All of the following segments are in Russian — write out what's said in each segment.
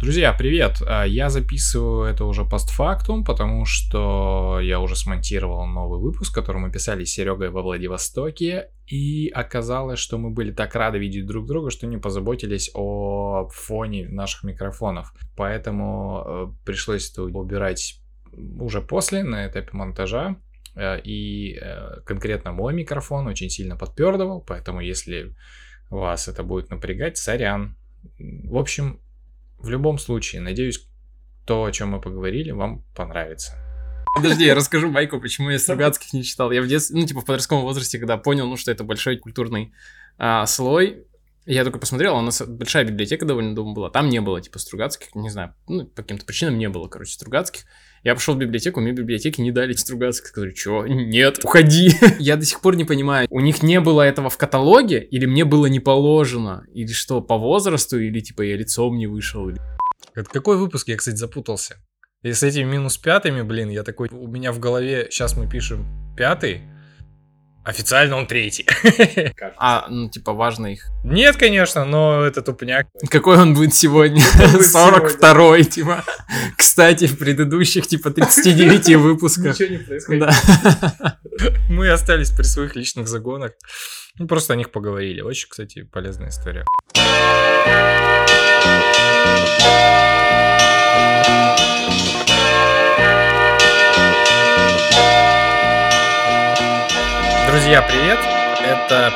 Друзья, привет! Я записываю это уже постфактум, потому что я уже смонтировал новый выпуск, который мы писали с Серегой во Владивостоке, и оказалось, что мы были так рады видеть друг друга, что не позаботились о фоне наших микрофонов. Поэтому пришлось это убирать уже после, на этапе монтажа. И конкретно мой микрофон очень сильно подпердывал, поэтому если вас это будет напрягать, сорян. В общем, в любом случае, надеюсь, то, о чем мы поговорили, вам понравится. Подожди, я расскажу байку, почему я Стругацких не читал. Я в детстве, в подростковом возрасте, когда понял, что это большой культурный слой, я только посмотрел, у нас большая библиотека довольно дома была, там не было, Стругацких, не знаю, по каким-то причинам не было, Стругацких. Я пошел в библиотеку, мне в библиотеке не дали Стругацких, сказали, чё, нет, уходи. Я до сих пор не понимаю, у них не было этого в каталоге, или мне было не положено, или что, по возрасту, или я лицом не вышел. Это какой выпуск? Я, кстати, запутался. И с этими -5, я такой, у меня в голове, сейчас мы пишем 5, официально он 3. Важно их. Нет, конечно, но это тупняк. Какой он будет сегодня? 42-й, Кстати, в предыдущих, 39 выпусках. Ничего не происходит. Мы остались при своих личных загонах. Просто о них поговорили. Очень, кстати, полезная история. Друзья, привет! Это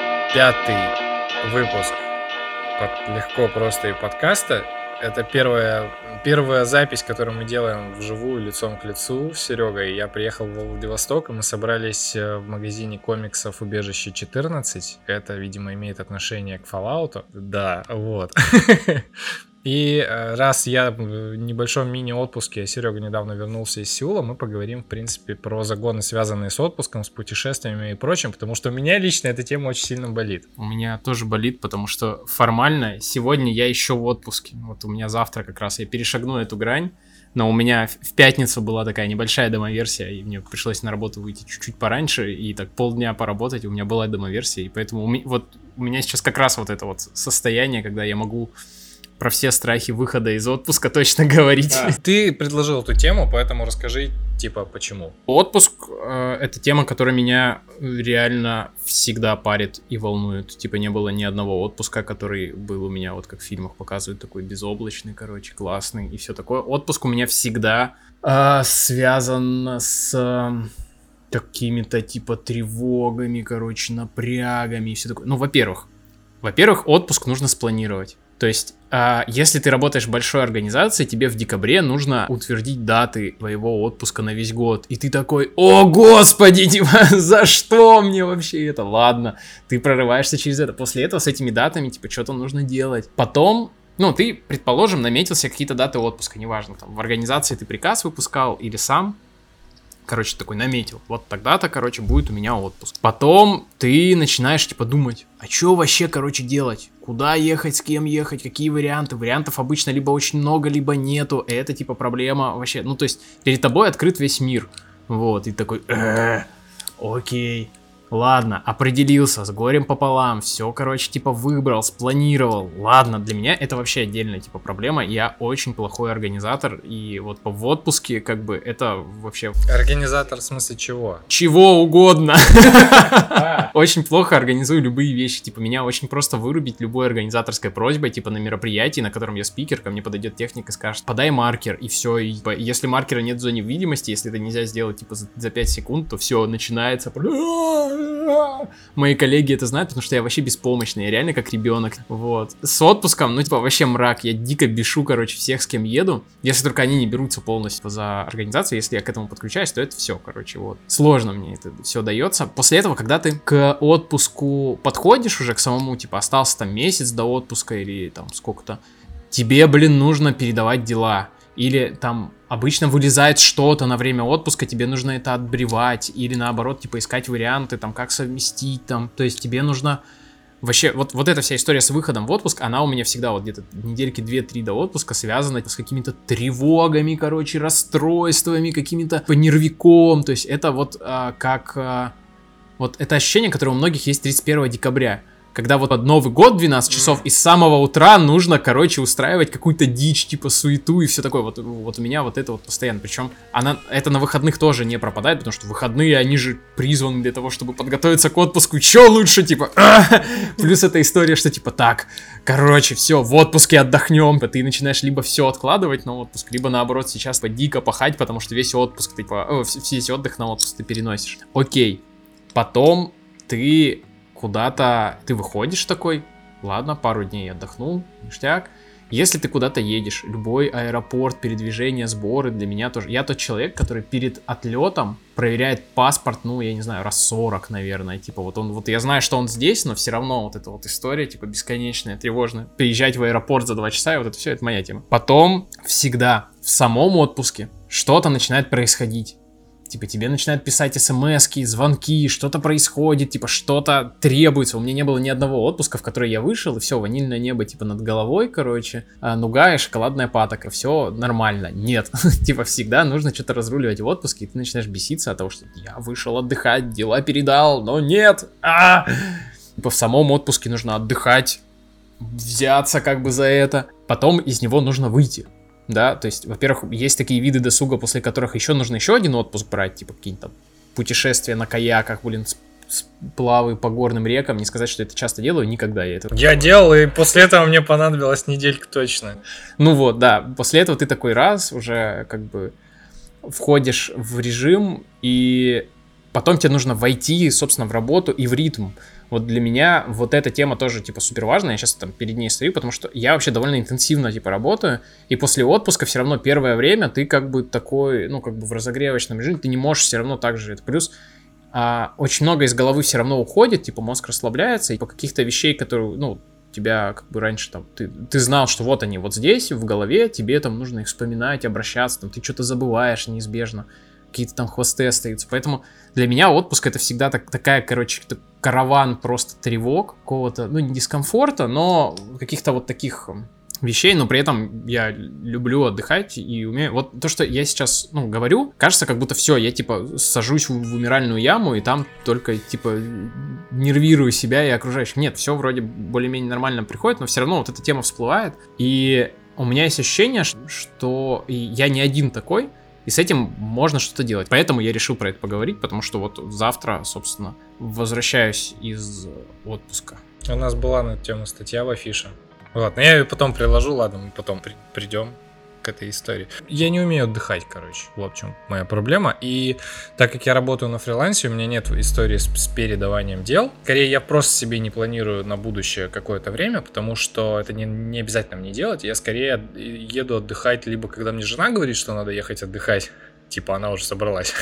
5-й выпуск легко, просто и подкаста. Это первая запись, которую мы делаем вживую, лицом к лицу с Серегой. Я приехал в Владивосток, и мы собрались в магазине комиксов «Убежище 14». Это, видимо, имеет отношение к Fallout. Да, вот. И раз я в небольшом мини-отпуске, а Серега недавно вернулся из Сеула, мы поговорим, в принципе, про загоны, связанные с отпуском, с путешествиями и прочим, потому что у меня лично эта тема очень сильно болит. У меня тоже болит, потому что формально сегодня я еще в отпуске. Вот у меня завтра как раз я перешагну эту грань, но у меня в пятницу была такая небольшая демоверсия, и мне пришлось на работу выйти чуть-чуть пораньше, и так полдня поработать, у меня была демоверсия, и поэтому у меня сейчас как раз вот это вот состояние, когда я могу про все страхи выхода из отпуска точно говорить. Ты предложил эту тему, поэтому расскажи, почему. Отпуск это тема, которая меня реально всегда парит и волнует. Не было ни одного отпуска, который был у меня, вот как в фильмах показывают, такой безоблачный, классный и все такое. Отпуск у меня всегда связан с какими-то тревогами, напрягами и все такое. Во-первых, отпуск нужно спланировать. То есть, если ты работаешь в большой организации, тебе в декабре нужно утвердить даты твоего отпуска на весь год. И ты такой, о господи, за что мне вообще это? Ладно, ты прорываешься через это. После этого с этими датами, что-то нужно делать. Потом, ты, предположим, наметился какие-то даты отпуска, неважно, в организации ты приказ выпускал или сам. Такой наметил. Вот тогда-то, будет у меня отпуск. Потом ты начинаешь, думать, а что вообще, делать? Куда ехать, с кем ехать, какие варианты? Вариантов обычно либо очень много, либо нету. Это, проблема вообще. То есть, перед тобой открыт весь мир. Вот, и такой, окей. Ладно, определился, с горем пополам, все, выбрал, спланировал. Ладно, для меня это вообще отдельная, проблема. Я очень плохой организатор, и вот в отпуске, это вообще... Организатор в смысле чего? Чего угодно. Очень плохо организую любые вещи. Меня очень просто вырубить любой организаторской просьбой, на мероприятии, на котором я спикер, ко мне подойдет техник и скажет, подай маркер, и все. И, если маркера нет в зоне видимости, если это нельзя сделать, за 5 секунд, то все, начинается... Мои коллеги это знают, потому что я вообще беспомощный, я реально как ребенок. Вот. С отпуском, вообще мрак. Я дико бешу, всех, с кем еду. Если только они не берутся полностью за организацию, если я к этому подключаюсь, то это все, вот. Сложно мне это все дается. После этого, когда ты к отпуску подходишь уже к самому, остался месяц до отпуска или сколько-то, тебе, нужно передавать дела. Или обычно вылезает что-то на время отпуска, тебе нужно это отбревать, или наоборот, искать варианты, как совместить, то есть тебе нужно... Вообще, вот эта вся история с выходом в отпуск, она у меня всегда где-то недельки 2-3 до отпуска связана с какими-то тревогами, расстройствами, какими-то нервиком, то есть это это ощущение, которое у многих есть 31 декабря. когда вот под Новый год 12 часов, и с самого утра нужно, короче, устраивать какую-то дичь, типа суету и все такое. Вот у меня вот это вот постоянно. Причем это на выходных тоже не пропадает, потому что выходные, они же призваны для того, чтобы подготовиться к отпуску. Че лучше, типа... Плюс эта история, что типа так, короче, все, в отпуске отдохнем. Ты начинаешь либо все откладывать на отпуск, либо наоборот сейчас дико пахать, потому что весь отпуск, типа, весь отдых на отпуск ты переносишь. Окей, потом ты... куда-то ты выходишь такой, ладно, пару дней отдохнул, ништяк. Если ты куда-то едешь, любой аэропорт, передвижение, сборы, для меня тоже. Я тот человек, который перед отлетом проверяет паспорт, ну, я не знаю, раз 40, наверное. Типа вот я знаю, что он здесь, но все равно вот эта вот история, типа, бесконечная, тревожная. Приезжать в аэропорт за 2 часа, и вот это все, это моя тема. Потом всегда в самом отпуске что-то начинает происходить. Типа, тебе начинают писать смски, звонки, что-то происходит, типа, что-то требуется. У меня не было ни одного отпуска, в который я вышел, и все, ванильное небо, типа, над головой, короче, нуга и шоколадная патока, все нормально. Нет, типа, всегда нужно что-то разруливать в отпуске, и ты начинаешь беситься от того, что я вышел отдыхать, дела передал, но нет. Типа, в самом отпуске нужно отдыхать, взяться как бы за это, потом из него нужно выйти. Да, то есть, во-первых, есть такие виды досуга, после которых еще нужно еще один отпуск брать, типа какие-то там путешествия на каяках, сплавы по горным рекам. Не сказать, что это часто делаю, никогда я это... Я делал, и после этого мне понадобилась неделька точно. Ну вот, да, после этого ты такой раз уже как бы входишь в режим, и потом тебе нужно войти, собственно, в работу и в ритм. Вот для меня вот эта тема тоже, типа, супер важная. Я сейчас там перед ней стою, потому что я вообще довольно интенсивно, типа, работаю. И после отпуска все равно первое время ты как бы такой, ну, как бы в разогревочном режиме, ты не можешь все равно так же. Это плюс очень много из головы все равно уходит, типа, мозг расслабляется. И по каких-то вещей, которые, ну, тебя как бы раньше там, ты знал, что вот они вот здесь, в голове, тебе там нужно их вспоминать, обращаться, там, ты что-то забываешь неизбежно. Какие-то там хвосты остаются. Поэтому для меня отпуск это всегда такая, короче, караван просто тревог, какого-то, ну, не дискомфорта, но каких-то вот таких вещей, но при этом я люблю отдыхать и умею. Вот то, что я сейчас, ну, говорю, кажется, как будто все, я, типа, сажусь в умиральную яму и там только, типа, нервирую себя и окружающих. Нет, все вроде более-менее нормально приходит, но все равно вот эта тема всплывает. И у меня есть ощущение, что я не один такой, и с этим можно что-то делать. Поэтому я решил про это поговорить, потому что вот завтра, собственно, возвращаюсь из отпуска. У нас была на эту тему статья в Афише. Ладно, я ее потом приложу, ладно, мы потом придем к этой истории. Я не умею отдыхать, короче, вот в чем моя проблема. И так как я работаю на фрилансе, у меня нет истории с передаванием дел. Скорее, я просто себе не планирую на будущее какое-то время, потому что это не обязательно мне делать. Я скорее еду отдыхать, либо когда мне жена говорит, что надо ехать отдыхать, типа она уже собралась,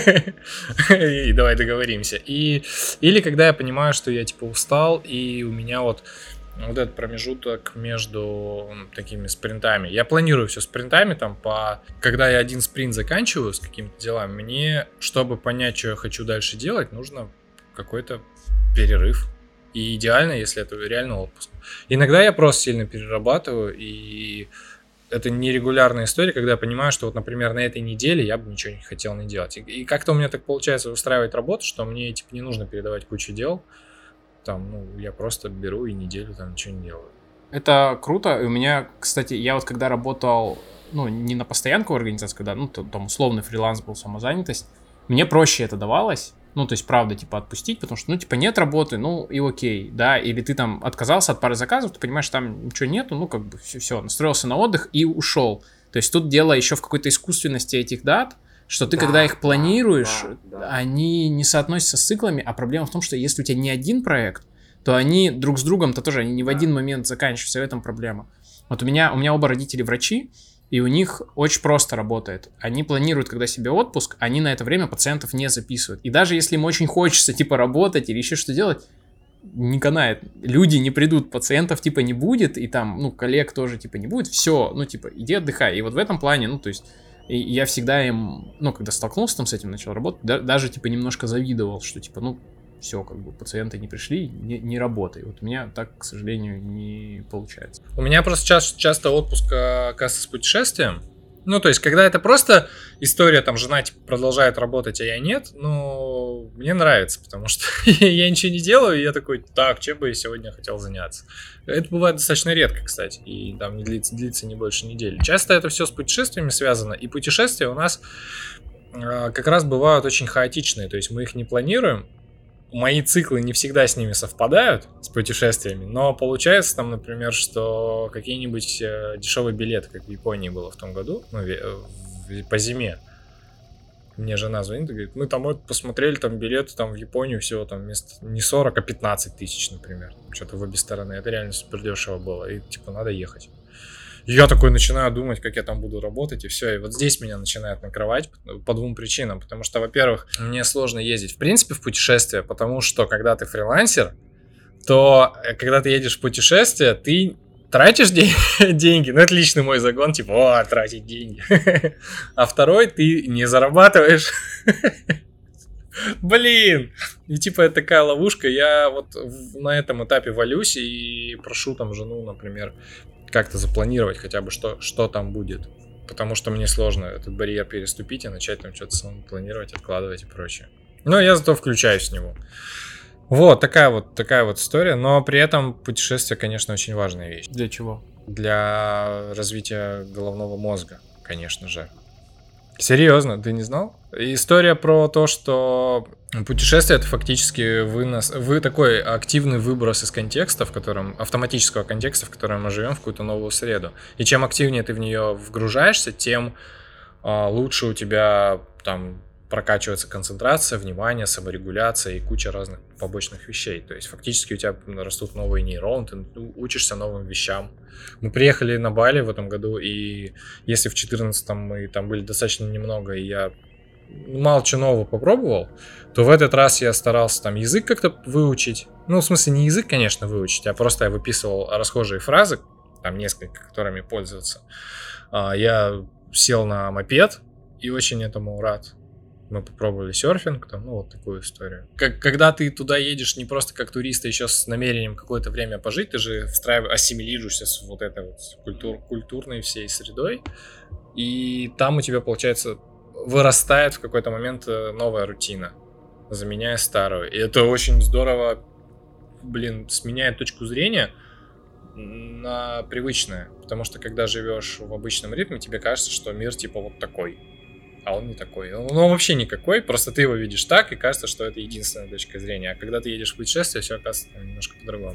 и давай договоримся. Или когда я понимаю, что я типа устал, и у меня вот этот промежуток между такими спринтами. Я планирую все спринтами, там, когда я один спринт заканчиваю с какими-то делами, мне, чтобы понять, что я хочу дальше делать, нужно какой-то перерыв. И идеально, если это реально отпуск. Иногда я просто сильно перерабатываю, и это нерегулярная история, когда я понимаю, что вот, например, на этой неделе я бы ничего не хотел не делать. И как-то у меня так получается устраивать работу, что мне, типа, не нужно передавать кучу дел. Там, ну, я просто беру и неделю там ничего не делаю. Это круто. И у меня, кстати, я вот когда работал, ну, не на постоянку в организации, когда, ну, там условный фриланс был, самозанятость, мне проще это давалось. Ну, то есть, правда, типа, отпустить, потому что, ну, типа, нет работы, ну, и окей, да, или ты там отказался от пары заказов, ты понимаешь, там ничего нету, ну, как бы, все, настроился на отдых и ушел. То есть, тут дело еще в какой-то искусственности этих дат, что ты, когда их планируешь, они не соотносятся с циклами, а проблема в том, что если у тебя не один проект, то они друг с другом-то тоже, они не в один момент заканчиваются, в этом проблема. Вот у меня оба родители врачи, и у них очень просто работает. Они планируют, когда себе отпуск, они на это время пациентов не записывают. И даже если им очень хочется, типа, работать или еще что делать, не канает. Люди не придут, пациентов, типа, не будет, и там, ну, коллег тоже, типа, не будет. Все, ну, типа, иди отдыхай. И вот в этом плане, ну, то есть... И я всегда им, ну, когда столкнулся там с этим, начал работать, даже, типа, немножко завидовал, что, типа, ну, все, как бы, пациенты не пришли, не работай. Вот у меня так, к сожалению, не получается. У меня просто часто отпуск, оказывается, с путешествием. Ну, то есть, когда это просто история, там, жена, типа, продолжает работать, а я нет, ну, мне нравится, потому что я ничего не делаю, и я такой, так, чем бы я сегодня хотел заняться. Это бывает достаточно редко, кстати, и там не длится не больше недели. Часто это все с путешествиями связано, и путешествия у нас как раз бывают очень хаотичные, то есть мы их не планируем, мои циклы не всегда с ними совпадают, с путешествиями, но получается там, например, что какие-нибудь дешевые билеты, как в Японии было в том году, ну, по зиме. Мне жена звонит и говорит, мы там посмотрели там билеты там в Японию всего там вместо не 40, а 15 тысяч, например. Что-то в обе стороны. Это реально супер дешево было. И типа надо ехать. И я такой начинаю думать, как я там буду работать, и все. И вот здесь меня начинает накрывать по двум причинам. Потому что, во-первых, мне сложно ездить в принципе в путешествие, потому что когда ты фрилансер, то когда ты едешь в путешествие, ты тратишь деньги, ну это личный мой загон, типа, тратить деньги. А второй, ты не зарабатываешь. Блин! И типа это такая ловушка, я вот на этом этапе валюсь и прошу там жену, например, как-то запланировать хотя бы, что там будет. Потому что мне сложно этот барьер переступить и начать там что-то самому планировать, откладывать и прочее. Но я зато включаюсь в него. Вот, такая вот история, но при этом путешествие, конечно, очень важная вещь. Для чего? Для развития головного мозга, конечно же. Серьезно, ты не знал? История про то, что путешествие — это фактически такой активный выброс из контекста, автоматического контекста, в котором мы живем, в какую-то новую среду. И чем активнее ты в нее вгружаешься, тем лучше у тебя там прокачивается концентрация, внимание, саморегуляция и куча разных побочных вещей. То есть фактически у тебя растут новые нейроны, ты учишься новым вещам. Мы приехали на Бали в этом году, и если в 2014 мы там были достаточно немного, и я мало чего нового попробовал, то в этот раз я старался там язык как-то выучить. Ну, в смысле, не язык, конечно, выучить, а просто я выписывал расхожие фразы, там несколько, которыми пользоваться. Я сел на мопед и очень этому рад. Мы попробовали серфинг, там, ну, вот такую историю. Когда ты туда едешь не просто как турист, а еще с намерением какое-то время пожить, ты же ассимилируешься с вот этой вот культурной всей средой, и там у тебя, получается, вырастает в какой-то момент новая рутина, заменяя старую. И это очень здорово, сменяет точку зрения на привычное. Потому что когда живешь в обычном ритме, тебе кажется, что мир типа вот такой. А он не такой. Он вообще никакой, просто ты его видишь так, и кажется, что это единственная точка зрения. А когда ты едешь в путешествие, все оказывается немножко по-другому.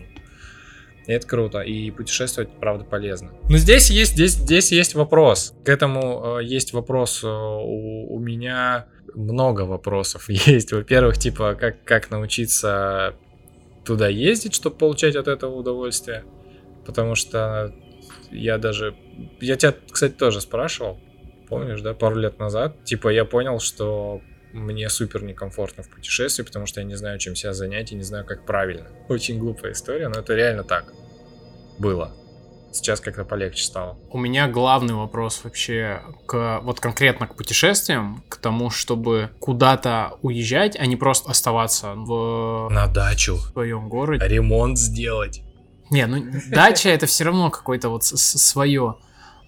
И это круто, и путешествовать, правда, полезно. Но здесь есть вопрос. К этому есть вопрос у меня. Много вопросов есть. Во-первых, типа, как научиться туда ездить, чтобы получать от этого удовольствие. Потому что я тебя, кстати, тоже спрашивал. Помнишь, да, пару лет назад, типа, я понял, что мне супер некомфортно в путешествии, потому что я не знаю, чем себя занять и не знаю, как правильно. Очень глупая история, но это реально так было. Сейчас как-то полегче стало. У меня главный вопрос вообще вот конкретно к путешествиям, к тому, чтобы куда-то уезжать, а не просто оставаться на дачу, в своем городе. Ремонт сделать. Не, ну дача это все равно какое-то вот свое.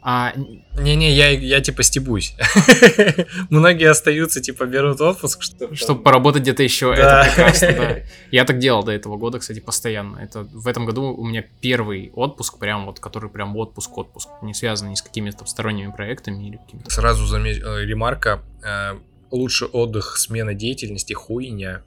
Не-не, я типа стебусь. Многие остаются, типа берут отпуск, чтобы поработать где-то еще. Да. Это прекрасно, да. Я так делал до этого года, кстати, постоянно. Это в этом году у меня первый отпуск, прям вот, который прям отпуск, не связанный ни с какими-то сторонними проектами или какими-то. Сразу ремарка. Лучший отдых, смена деятельности, хуйня.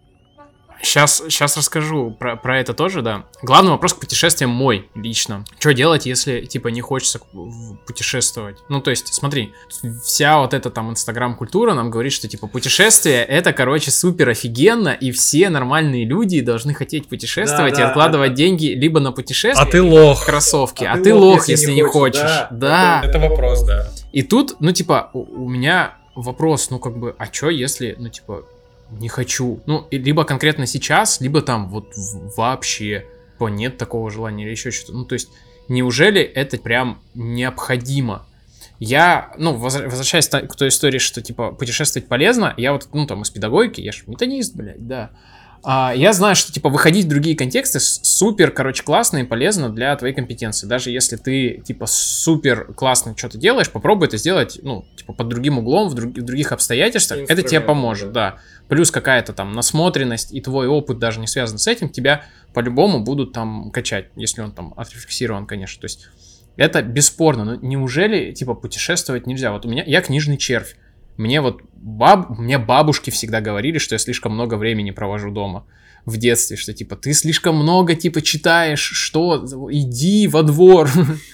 Сейчас расскажу про это тоже, да. Главный вопрос к путешествиям мой лично. Что делать, если, типа, не хочется путешествовать? Ну, то есть, смотри, вся вот эта там инстаграм-культура нам говорит, что, типа, путешествие — это, короче, супер офигенно, и все нормальные люди должны хотеть путешествовать и откладывать деньги либо на путешествие, а ты лох. Кроссовки, а ты лох, если не хочешь. Да. Это вопрос, да. И тут, ну, типа, у меня вопрос, ну, как бы, а что, если, ну, типа, не хочу. Ну, либо конкретно сейчас, либо там вот вообще нет такого желания или еще что-то. Ну, то есть, неужели это прям необходимо? Я, ну, возвращаясь к той истории, что, типа, путешествовать полезно, я вот, ну, там, из педагогики, я же методист, блядь, да. Я знаю, что, типа, выходить в другие контексты супер, короче, классно и полезно для твоей компетенции. Даже если ты, типа, супер классно что-то делаешь, попробуй это сделать, ну, типа, под другим углом, в других обстоятельствах. Это тебе поможет, да. Плюс какая-то там насмотренность и твой опыт даже не связан с этим, тебя по-любому будут там качать, если он там отрефлексирован, конечно. То есть это бесспорно. Но неужели, типа, путешествовать нельзя? Вот я книжный червь. Мне бабушки всегда говорили, что я слишком много времени провожу дома в детстве, что типа ты слишком много типа читаешь, что иди во двор.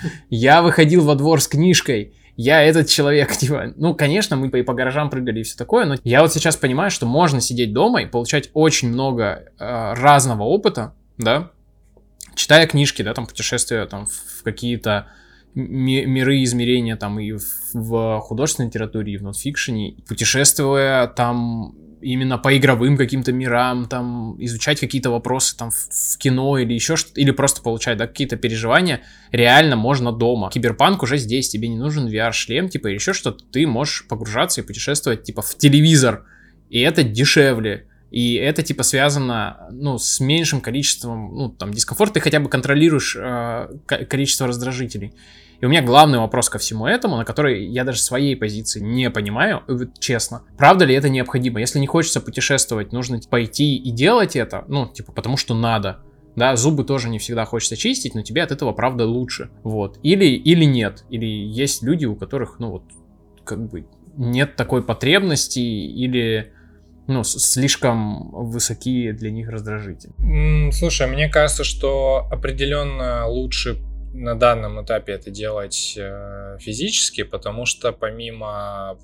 Я выходил во двор с книжкой, я этот человек, типа, ну, конечно, мы по гаражам прыгали и все такое, но я вот сейчас понимаю, что можно сидеть дома и получать очень много разного опыта, да, читая книжки, да, там, путешествия там в какие-то миры, измерения там и в художественной литературе, и в нонфикшене, путешествуя там именно по игровым каким-то мирам, там изучать какие-то вопросы там в кино или еще что-то, или просто получать, да, какие-то переживания, реально можно дома. Киберпанк уже здесь, тебе не нужен VR-шлем, типа, или еще что-то, ты можешь погружаться и путешествовать, типа, в телевизор, и это дешевле. И это, типа, связано, ну, с меньшим количеством, ну, там, дискомфорта, ты хотя бы контролируешь количество раздражителей. И у меня главный вопрос ко всему этому, на который я даже своей позиции не понимаю, честно. Правда ли это необходимо? Если не хочется путешествовать, нужно пойти и делать это, ну, типа, потому что надо. Да, зубы тоже не всегда хочется чистить, но тебе от этого, правда, лучше. Вот. Или нет. Или есть люди, у которых, ну, вот, как бы, нет такой потребности, или... ну, слишком высокие для них раздражители. Слушай, мне кажется, что определенно лучше на данном этапе это делать физически, потому что помимо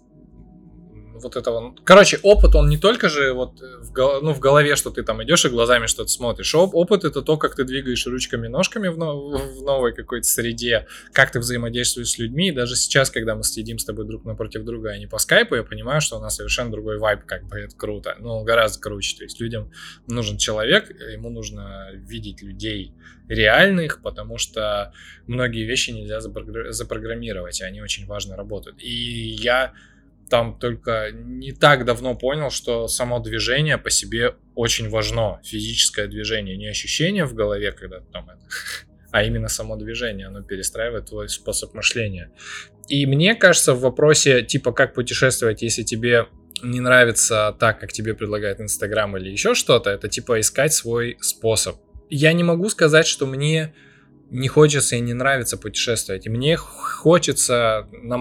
вот этого... Короче, опыт, он не только же вот в голове, что ты там идешь и глазами что-то смотришь. Опыт — это то, как ты двигаешь ручками, ножками в новой какой-то среде, как ты взаимодействуешь с людьми. И даже сейчас, когда мы сидим с тобой друг напротив друга, а не по скайпу, я понимаю, что у нас совершенно другой вайб, как бы это круто. Ну, гораздо круче. То есть людям нужен человек, ему нужно видеть людей реальных, потому что многие вещи нельзя запрограммировать, и они очень важно работают. И я... там только не так давно понял, что само движение по себе очень важно. Физическое движение, не ощущение в голове, когда ты там это, а именно само движение, оно перестраивает твой способ мышления. И мне кажется, в вопросе, типа, как путешествовать, если тебе не нравится так, как тебе предлагает Инстаграм или еще что-то, это, типа, искать свой способ. Я не могу сказать, что мне не хочется и не нравится путешествовать. И мне хочется на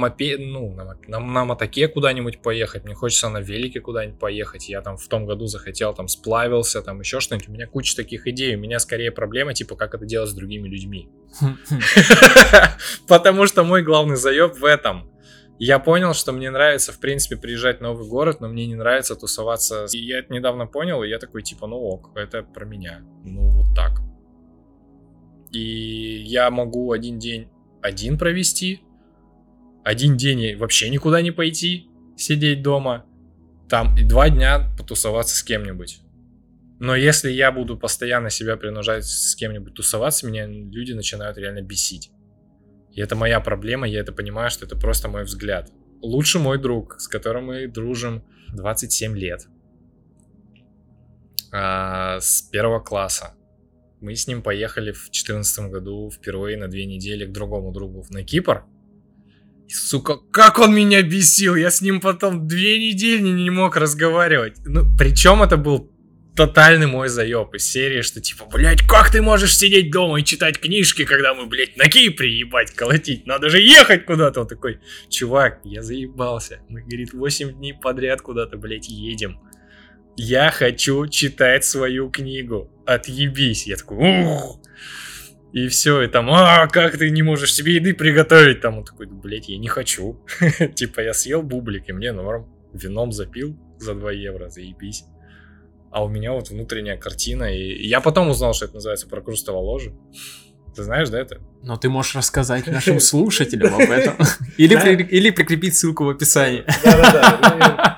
мотоке куда-нибудь поехать. Мне хочется на велике куда-нибудь поехать. Я там в том году захотел, там сплавился, там еще что-нибудь. У меня куча таких идей. У меня скорее проблема, типа, как это делать с другими людьми. Потому что мой главный заеб в этом. Я понял, что мне нравится, в принципе, приезжать в новый город, но мне не нравится тусоваться. И я это недавно понял, и я такой, типа, ну ок, это про меня. Ну вот так. И я могу один день один провести, один день вообще никуда не пойти, сидеть дома, там и 2 дня потусоваться с кем-нибудь. Но если я буду постоянно себя принуждать с кем-нибудь тусоваться, меня люди начинают реально бесить. И это моя проблема, я это понимаю, что это просто мой взгляд. Лучше мой друг, с которым мы дружим 27 лет. С 1 класса. Мы с ним поехали в 2014 году впервые на 2 недели к другому другу на Кипр. И, сука, как он меня бесил! Я с ним потом 2 недели не мог разговаривать. Ну, причем это был тотальный мой заеб из серии, что типа, блять, как ты можешь сидеть дома и читать книжки, когда мы, блять, на Кипре, ебать, колотить? Надо же ехать куда-то. Он такой, чувак, я заебался. Мы, говорит, 8 дней подряд куда-то, блять, едем. Я хочу читать свою книгу. Отъебись. Я такой, ух. И все, и там, как ты не можешь себе еды приготовить? Там он такой, блять, я не хочу. Типа, я съел бублик, и мне норм. Вином запил за 2 евро, заебись. А у меня вот внутренняя картина. И я потом узнал, что это называется прокрустово ложе. Ты знаешь, да, это? Но ты можешь рассказать нашим слушателям об этом. Или прикрепить ссылку в описании. Да-да-да.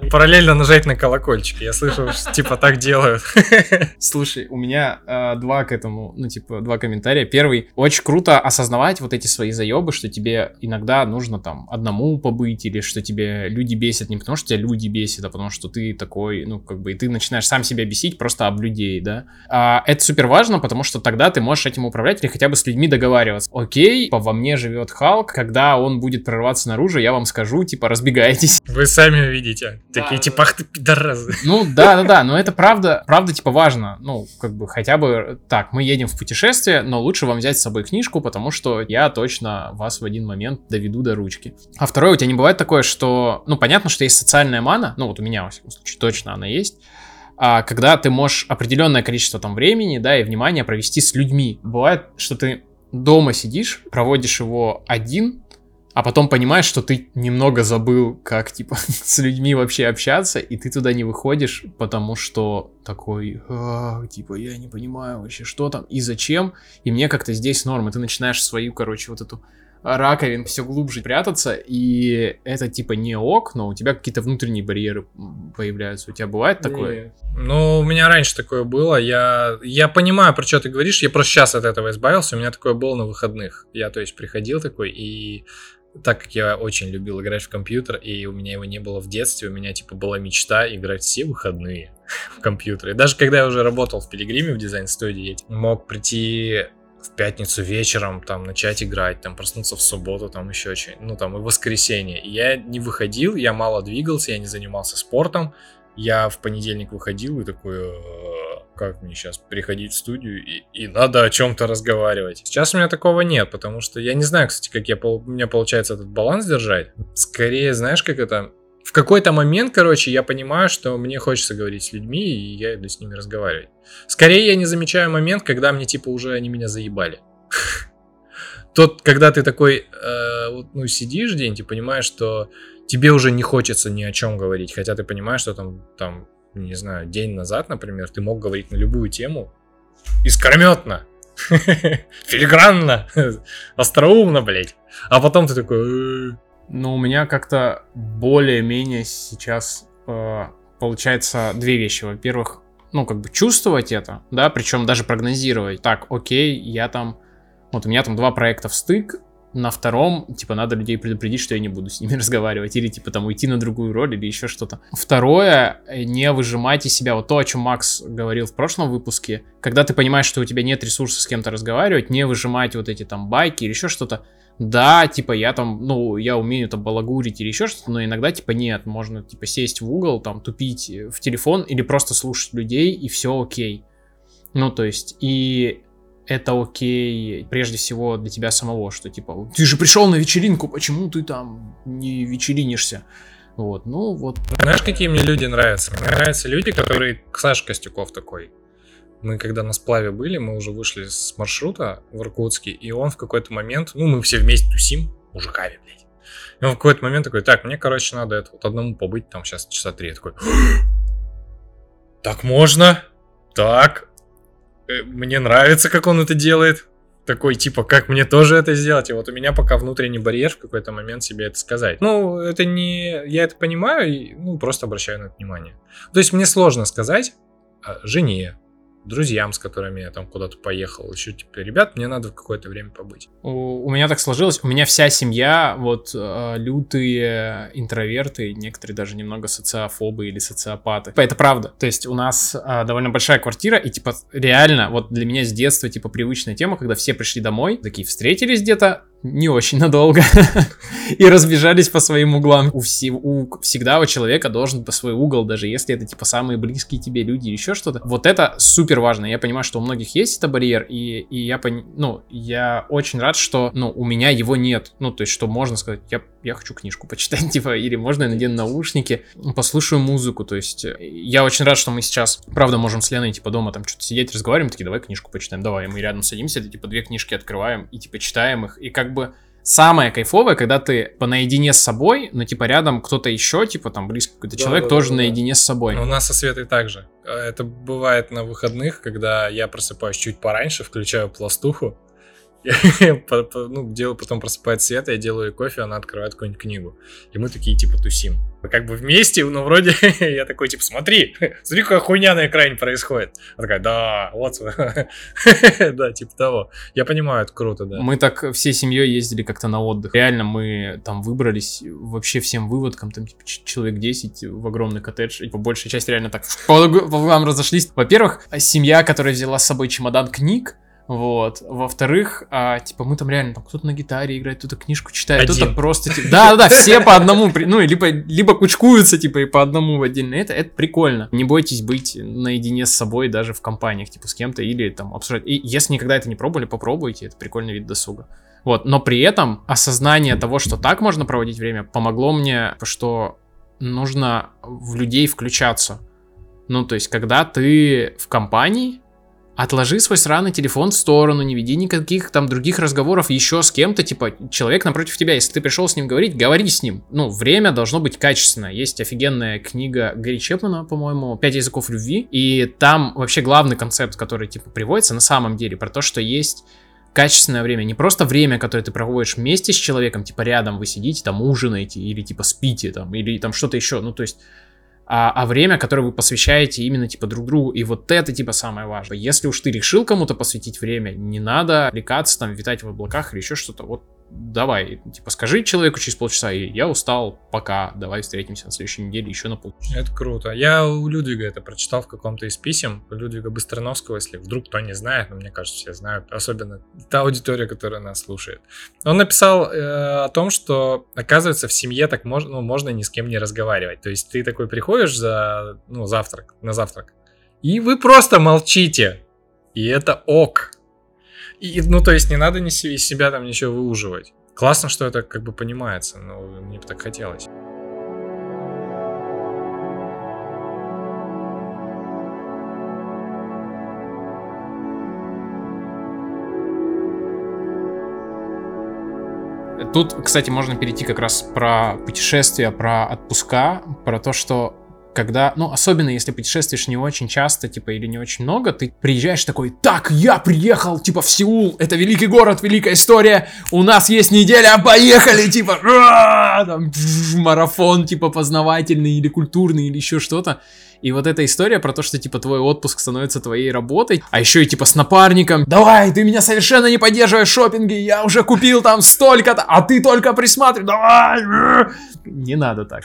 Параллельно нажать на колокольчик. Я слышал, что типа так делают. Слушай, у меня два комментария. Первый, очень круто осознавать вот эти свои заебы, что тебе иногда нужно там одному побыть, или что тебе люди бесят не потому, что тебя люди бесят, а потому что ты такой, и ты начинаешь сам себя бесить просто об людей, да. Это супер важно, потому что тогда ты можешь этим управлять или хотя бы с людьми договариваться. Окей, во мне живет Халк, когда он будет прорываться наружу, я вам скажу, разбегайтесь. Вы сами увидите. Такие, типа, ах ты пидорасы. Да, но это правда, важно. Хотя бы так, мы едем в путешествие, но лучше вам взять с собой книжку, потому что я точно вас в один момент доведу до ручки. А второе, у тебя не бывает такое, что, понятно, что есть социальная мана, у меня, во всяком случае, точно она есть, когда ты можешь определенное количество там времени, да, и внимания провести с людьми. Бывает, что ты дома сидишь, проводишь его один, а потом понимаешь, что ты немного забыл, как, с людьми вообще общаться, и ты туда не выходишь, потому что такой, я не понимаю вообще, что там и зачем, и мне как-то здесь норм, и ты начинаешь свою, вот эту раковину все глубже прятаться, и это, не ок, но у тебя какие-то внутренние барьеры появляются. У тебя бывает такое? У меня раньше такое было. Я понимаю, про что ты говоришь. Я просто сейчас от этого избавился. У меня такое было на выходных. Я, приходил такой, и так как я очень любил играть в компьютер, и у меня его не было в детстве, у меня, была мечта играть все выходные в компьютер. И даже когда я уже работал в Пилигриме в дизайн-студии, я мог прийти в пятницу вечером, начать играть, проснуться в субботу, еще и в воскресенье. И я не выходил, я мало двигался, я не занимался спортом. Я в понедельник выходил и такой, как мне сейчас приходить в студию и надо о чем-то разговаривать. Сейчас у меня такого нет, потому что я не знаю, кстати, как у меня получается этот баланс держать. Скорее, знаешь, как это... В какой-то момент, я понимаю, что мне хочется говорить с людьми, и я иду с ними разговаривать. Скорее, я не замечаю момент, когда мне, уже они меня заебали. Когда ты такой, сидишь день, ты понимаешь, что тебе уже не хочется ни о чем говорить, хотя ты понимаешь, что там, не знаю, день назад, например, ты мог говорить на любую тему искрометно, филигранно, остроумно, блядь. А потом ты такой... У меня как-то более-менее сейчас получается две вещи. Во-первых, чувствовать это, да, причем даже прогнозировать. Так, окей, у меня 2 проекта в стык, на втором, надо людей предупредить, что я не буду с ними разговаривать, или, уйти на другую роль, или еще что-то. Второе, не выжимать из себя то, о чем Макс говорил в прошлом выпуске, когда ты понимаешь, что у тебя нет ресурса с кем-то разговаривать, не выжимать эти байки или еще что-то. Да, я умею балагурить или еще что-то, но иногда, нет, можно, сесть в угол, тупить в телефон или просто слушать людей, и все окей. И это окей, прежде всего, для тебя самого, что, ты же пришел на вечеринку, почему ты не вечеринишься? Знаешь, какие мне люди нравятся? Мне нравятся люди, которые... Саша Костюков такой. Мы когда на сплаве были, мы уже вышли с маршрута в Иркутске, и он в какой-то момент, мы все вместе тусим, мужиками, блядь. И он в какой-то момент такой, так, мне, надо одному побыть, сейчас часа 3. Я такой, так можно? Так, мне нравится, как он это делает. Такой, как мне тоже это сделать? И у меня пока внутренний барьер в какой-то момент себе это сказать. это не... Я это понимаю, и, просто обращаю на это внимание. То есть мне сложно сказать жене, друзьям, с которыми я куда-то поехал, еще ребят, мне надо в какое-то время побыть. У меня так сложилось, у меня вся семья, лютые интроверты, некоторые даже немного социофобы или социопаты. Это правда. То есть у нас довольно большая квартира, и реально, для меня с детства привычная тема, когда все пришли домой, такие встретились где-то, не очень надолго, и разбежались по своим углам. Всегда у человека должен быть свой угол, даже если это самые близкие тебе люди или еще что-то. Это супер важно. Я понимаю, что у многих есть это барьер, и я очень рад, что у меня его нет. То есть, что можно сказать, я хочу книжку почитать, или можно я надену наушники, послушаю музыку. То есть, я очень рад, что мы сейчас, правда, можем с Леной, дома что-то сидеть, разговариваем, такие, давай книжку почитаем, давай. Мы рядом садимся, 2 книжки открываем и, читаем их, и самое кайфовое, когда ты наедине с собой, но рядом кто-то еще, близкий какой-то человек, тоже наедине с собой. У нас со Светой так же. Это бывает на выходных, когда я просыпаюсь чуть пораньше, включаю пластуху, Потом просыпается Света, я делаю ей кофе, она открывает какую-нибудь книгу. И мы такие, типа, тусим. Как бы вместе, но вроде я такой, типа, смотри, какая хуйня на экране происходит. Она такая, да, вот. Да, типа того. Я понимаю, это круто, да. Мы так всей семьей ездили как-то на отдых. Реально, мы там выбрались вообще всем выводкам, там типа, человек 10 в огромный коттедж. И по большей части реально так по углам разошлись. Во-первых, семья, которая взяла с собой чемодан книг, вот. Во-вторых, типа, мы там реально, там кто-то на гитаре играет, кто-то книжку читает, кто-то просто, типа, да, все по одному, ну, либо кучкуются, типа, и по одному в отдельно. Это прикольно. Не бойтесь быть наедине с собой даже в компаниях, типа, с кем-то, или там обсуждать. И если никогда это не пробовали, попробуйте, это прикольный вид досуга. Вот, но при этом осознание того, что так можно проводить время, помогло мне, что нужно в людей включаться. Ну, то есть, когда ты в компании, отложи свой сраный телефон в сторону, не веди никаких там других разговоров еще с кем-то, типа, человек напротив тебя, если ты пришел с ним говорить, говори с ним. Ну, время должно быть качественное. Есть офигенная книга Гэри Чепмана, по-моему, «5 языков любви», и там вообще главный концепт, который, типа, приводится на самом деле, про то, что есть качественное время, не просто время, которое ты проводишь вместе с человеком, типа, рядом вы сидите, там, ужинаете, или, типа, спите, там, или там что-то еще, ну, то есть... А время, которое вы посвящаете именно, типа, друг другу, и вот это, типа, самое важное. Если уж ты решил кому-то посвятить время, не надо отвлекаться, там, витать в облаках или еще что-то, вот, давай, типа, скажи человеку через полчаса, и я устал, пока, давай встретимся на следующей неделе еще на полчаса. Это круто. Я у Людвига это прочитал в каком-то из писем, у Людвига Быстрановского, если вдруг кто не знает, но мне кажется, все знают, особенно та аудитория, которая нас слушает. Он написал о том, что, оказывается, в семье так можно ни с кем не разговаривать. То есть ты такой приходишь на завтрак, и вы просто молчите, и это ок. И, то есть не надо из себя там ничего выуживать. Классно, что это как бы понимается, но мне бы так хотелось. Тут, кстати, можно перейти как раз про путешествия, про отпуска, про то, что когда, особенно если путешествуешь не очень часто, типа, или не очень много, ты приезжаешь такой, так, я приехал, типа, в Сеул, это великий город, великая история, у нас есть неделя, поехали, типа, там, марафон, типа, познавательный или культурный, или еще что-то. И вот эта история про то, что, типа, твой отпуск становится твоей работой, а еще и, типа, с напарником. Давай, ты меня совершенно не поддерживаешь в шопинге, я уже купил там столько-то, а ты только присматривай, давай. Не надо так.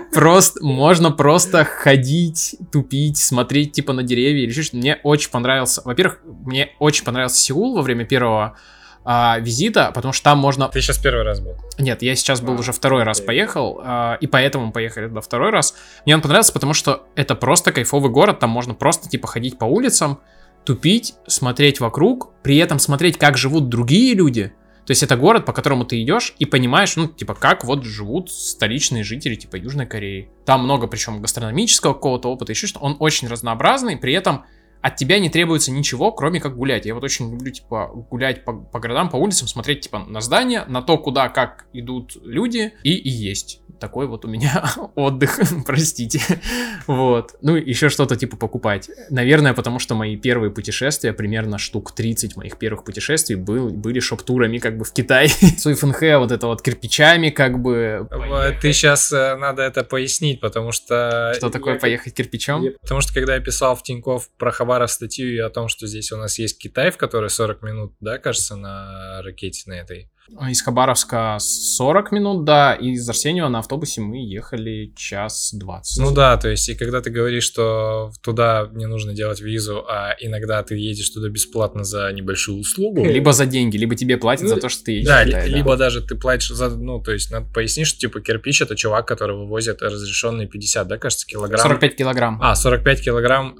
Можно просто ходить, тупить, смотреть, типа, на деревья или еще что-то. Мне очень понравился, во-первых, мне очень понравился Сеул во время первого визита, потому что там можно... Ты сейчас первый раз был? Нет, я сейчас был уже второй раз поехал, и поэтому мы поехали туда второй раз. Мне он понравился, потому что это просто кайфовый город, там можно просто, типа, ходить по улицам, тупить, смотреть вокруг, при этом смотреть, как живут другие люди. То есть это город, по которому ты идешь и понимаешь, типа, как вот живут столичные жители, типа, Южной Кореи. Там много, причем, гастрономического какого-то опыта, еще что. Он очень разнообразный, при этом от тебя не требуется ничего, кроме как гулять. Я вот очень люблю, типа, гулять по городам, по улицам, смотреть, типа, на здания, на то, куда, как идут люди, и есть. Такой вот у меня отдых, простите. Вот. Еще что-то, типа, покупать. Наверное, потому что мои первые путешествия, примерно штук 30 моих первых путешествий были шоп-турами, как бы, в Китай. Суйфэнхэ, вот это вот кирпичами, как бы. Ты сейчас надо это пояснить, потому что... Что такое поехать кирпичом? Потому что, когда я писал в Тинькофф про Хабаров статью о том, что здесь у нас есть Китай, в которой 40 минут, да, кажется, на ракете на этой. Из Хабаровска 40 минут, да, и из Арсеньева на автобусе мы ехали час 20. Ну да, то есть, и когда ты говоришь, что туда не нужно делать визу, а иногда ты едешь туда бесплатно за небольшую услугу. Либо за деньги, либо тебе платят за то, что ты едешь. Да, либо даже ты платишь за, то есть, надо пояснить, что, типа, кирпич — это чувак, который вывозит разрешенные 50, да, кажется, килограмм. 45 килограмм. 45 килограмм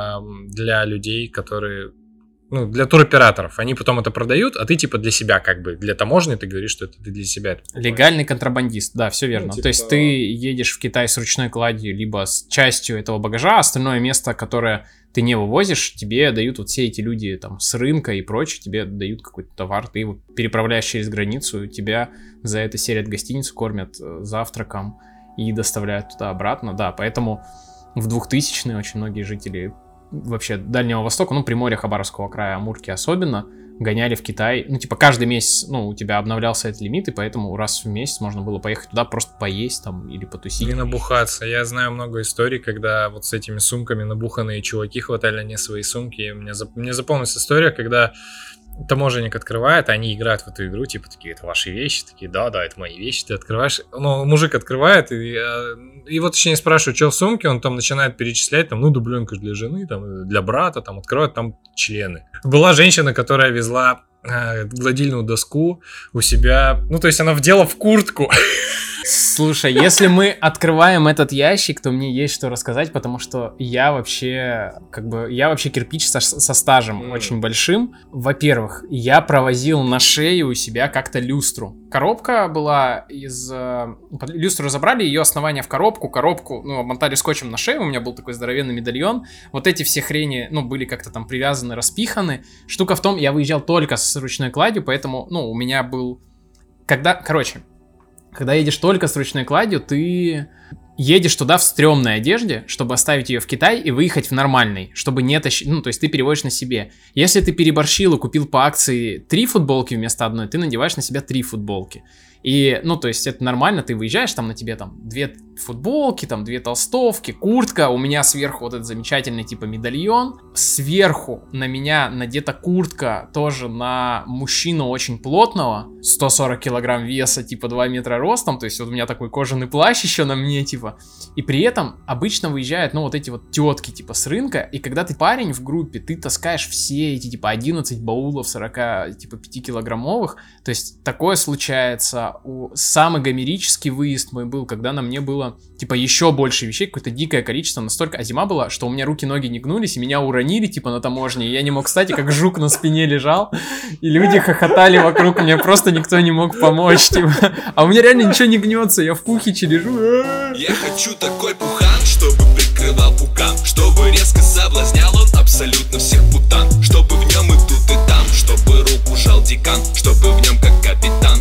для людей, которые... для туроператоров. Они потом это продают, а ты, типа, для себя, как бы, для таможни ты говоришь, что это ты для себя. Легальный контрабандист, да, все верно. То есть ты едешь в Китай с ручной кладью, либо с частью этого багажа, а остальное место, которое ты не вывозишь, тебе дают вот все эти люди там с рынка и прочее, тебе дают какой-то товар, ты его переправляешь через границу, тебя за это селят в гостиницу, кормят завтраком и доставляют туда-обратно, да, поэтому в 2000-е очень многие жители вообще Дальнего Востока, Приморья, Хабаровского края, Амурки особенно, гоняли в Китай. Ну, типа, каждый месяц, ну, у тебя обновлялся этот лимит, и поэтому раз в месяц можно было поехать туда просто поесть там или потусить. И набухаться. Я знаю много историй, когда вот с этими сумками набуханные чуваки хватали не свои сумки. И мне запомнилась история, когда таможенник открывает, они играют в эту игру, типа такие, это ваши вещи, такие, да, это мои вещи, ты открываешь, ну, мужик открывает, и вот точнее спрашивают, что в сумке, он там начинает перечислять, там, ну, дубленка для жены, там, для брата, там, открывает, там, члены. Была женщина, которая везла гладильную доску у себя, ну, то есть она вдела в куртку. Слушай, если мы открываем этот ящик, то мне есть что рассказать, потому что я вообще кирпич со стажем очень большим. Во-первых, я провозил на шее у себя как-то люстру. Коробка была люстру забрали, ее основание в коробку, ну, обмотали скотчем на шею, у меня был такой здоровенный медальон. Вот эти все хрени, ну, были как-то там привязаны, распиханы. Штука в том, я выезжал только с ручной кладью, поэтому, ну, у меня был... Когда едешь только с ручной кладью, ты едешь туда в стрёмной одежде, чтобы оставить ее в Китай и выехать в нормальной, чтобы не тащить, ну, то есть ты переводишь на себе. Если ты переборщил и купил по акции 3 футболки вместо одной, ты надеваешь на себя 3 футболки. И, ну, то есть это нормально, ты выезжаешь, там на тебе там 2 футболки, там 2 толстовки, куртка, у меня сверху вот этот замечательный типа медальон, сверху на меня надета куртка тоже на мужчину очень плотного, 140 килограмм веса, типа 2 метра ростом, то есть вот у меня такой кожаный плащ еще на мне, типа, и при этом обычно выезжают, ну, вот эти вот тетки, типа, с рынка, и когда ты парень в группе, ты таскаешь все эти, типа, 11 баулов 40, типа, 5-килограммовых, то есть такое случается. Самый гомерический выезд мой был, когда на мне было, типа, еще больше вещей, какое-то дикое количество, настолько, а зима была, что у меня руки-ноги не гнулись, и меня уронили, типа, на таможне, и я не мог встать, и как жук на спине лежал, и люди хохотали вокруг, мне просто никто не мог помочь, типа, а у меня реально ничего не гнется, я в пухиче лежу. Я хочу такой пухан, чтобы прикрывал пукан, чтобы резко соблазнял он абсолютно всех путан, чтобы в нем и тут и там, чтобы руку жал декан, чтобы в нем как капитан.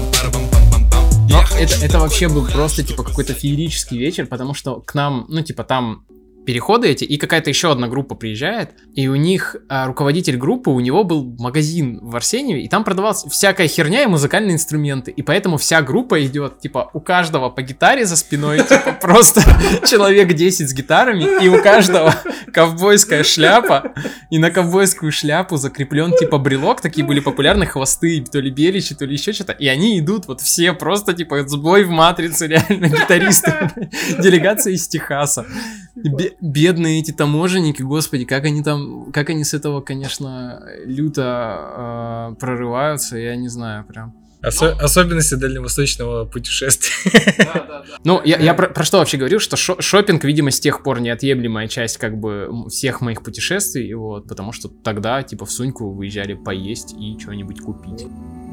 Но это вообще был просто, типа, какой-то феерический вечер, потому что к нам, ну, типа, там переходы эти, и какая-то еще одна группа приезжает, и у них руководитель группы, у него был магазин в Арсеньеве, и там продавалась всякая херня и музыкальные инструменты, и поэтому вся группа идет, типа, у каждого по гитаре за спиной, типа, просто человек 10 с гитарами, и у каждого ковбойская шляпа, и на ковбойскую шляпу закреплен, типа, брелок, такие были популярны хвосты, то ли беличи, то ли еще что-то, и они идут, вот все просто, типа, сбой в матрице, реально, гитаристы, делегация из Техаса. Бедные эти таможенники, господи, как они с этого, конечно, люто прорываются, я не знаю, прям. Особенности дальневосточного путешествия. Да. Ну, я про что вообще говорил, что шопинг, видимо, с тех пор неотъемлемая часть, как бы, всех моих путешествий, вот, потому что тогда, типа, в Суньку выезжали поесть и что-нибудь купить.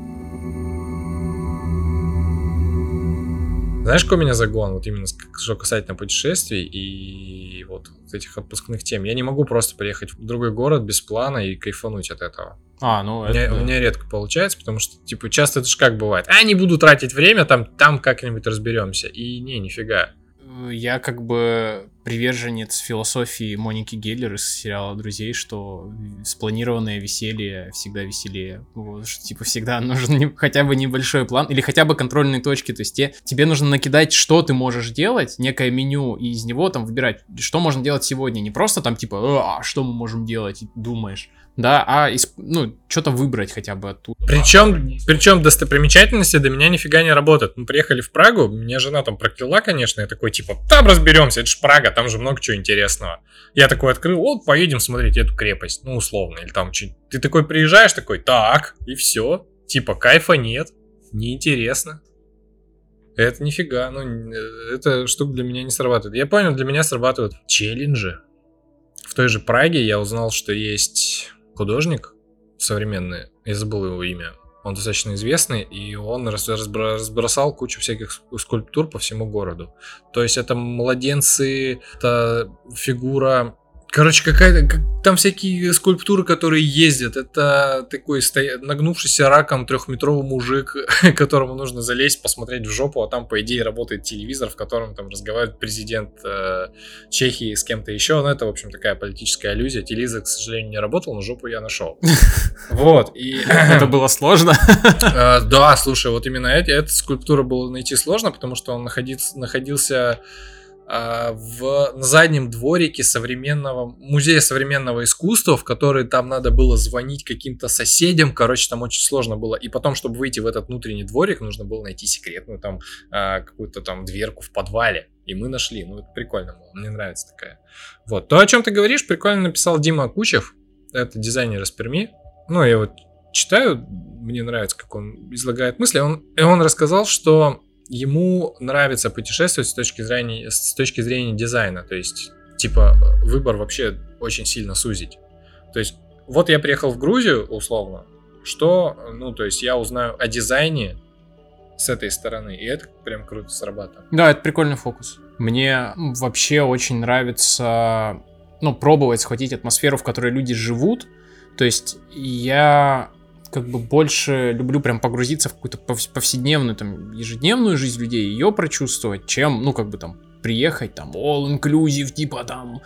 Знаешь, какой у меня загон, вот именно что касательно путешествий и вот этих отпускных тем? Я не могу просто приехать в другой город без плана и кайфануть от этого. Ну это... У меня редко получается, потому что, типа, часто это же как бывает. Не буду тратить время, там как-нибудь разберемся. И нифига. Я как бы приверженец философии Моники Геллер из сериала «Друзей», что спланированное веселье всегда веселее. Вот, что, типа, всегда нужен хотя бы небольшой план или хотя бы контрольные точки. То есть тебе нужно накидать, что ты можешь делать, некое меню, и из него там выбирать, что можно делать сегодня. Не просто там, типа, что мы можем делать, и думаешь. Да, что-то выбрать хотя бы оттуда. Причем достопримечательности до меня нифига не работают. Мы приехали в Прагу, меня жена там прокляла, конечно, я такой, типа, там разберемся, это же Прага, там же много чего интересного. Я такой открыл, поедем смотреть эту крепость, ну, условно, или там что-нибудь. Ты такой приезжаешь, такой, так, и все, типа, кайфа нет, неинтересно. Это нифига, эта штука для меня не срабатывает. Я понял, для меня срабатывают челленджи. В той же Праге я узнал, что есть художник современный, я забыл его имя, он достаточно известный, и он разбросал кучу всяких скульптур по всему городу. То есть это младенцы, это фигура Короче, там всякие скульптуры, которые ездят. Это такой нагнувшийся раком 3-метровый мужик, которому нужно залезть, посмотреть в жопу, а там, по идее, работает телевизор, в котором там разговаривает президент Чехии с кем-то еще. Ну, это, в общем, такая политическая аллюзия. Телевизор, к сожалению, не работал, но жопу я нашел. Вот. Это было сложно. Да, слушай, вот именно эта скульптура было найти сложно, потому что он находился на заднем дворике музея современного искусства, в который там надо было звонить каким-то соседям, короче, там очень сложно было. И потом, чтобы выйти в этот внутренний дворик, нужно было найти секретную там какую-то там дверку в подвале. И мы нашли. Ну, это прикольно было. Мне нравится такая. Вот. То, о чем ты говоришь, прикольно написал Дима Кучев. Это дизайнер из Перми. Ну, я вот читаю, мне нравится, как он излагает мысли. Он рассказал, что ему нравится путешествовать с точки зрения дизайна. То есть, типа, выбор вообще очень сильно сузить. То есть, вот я приехал в Грузию, условно, то есть я узнаю о дизайне с этой стороны, и это прям круто срабатывает. Да, это прикольный фокус. Мне вообще очень нравится, пробовать схватить атмосферу, в которой люди живут. То есть я как бы больше люблю прям погрузиться в какую-то повседневную, там, ежедневную жизнь людей, ее прочувствовать, чем, там, приехать, там, all-inclusive, типа, там,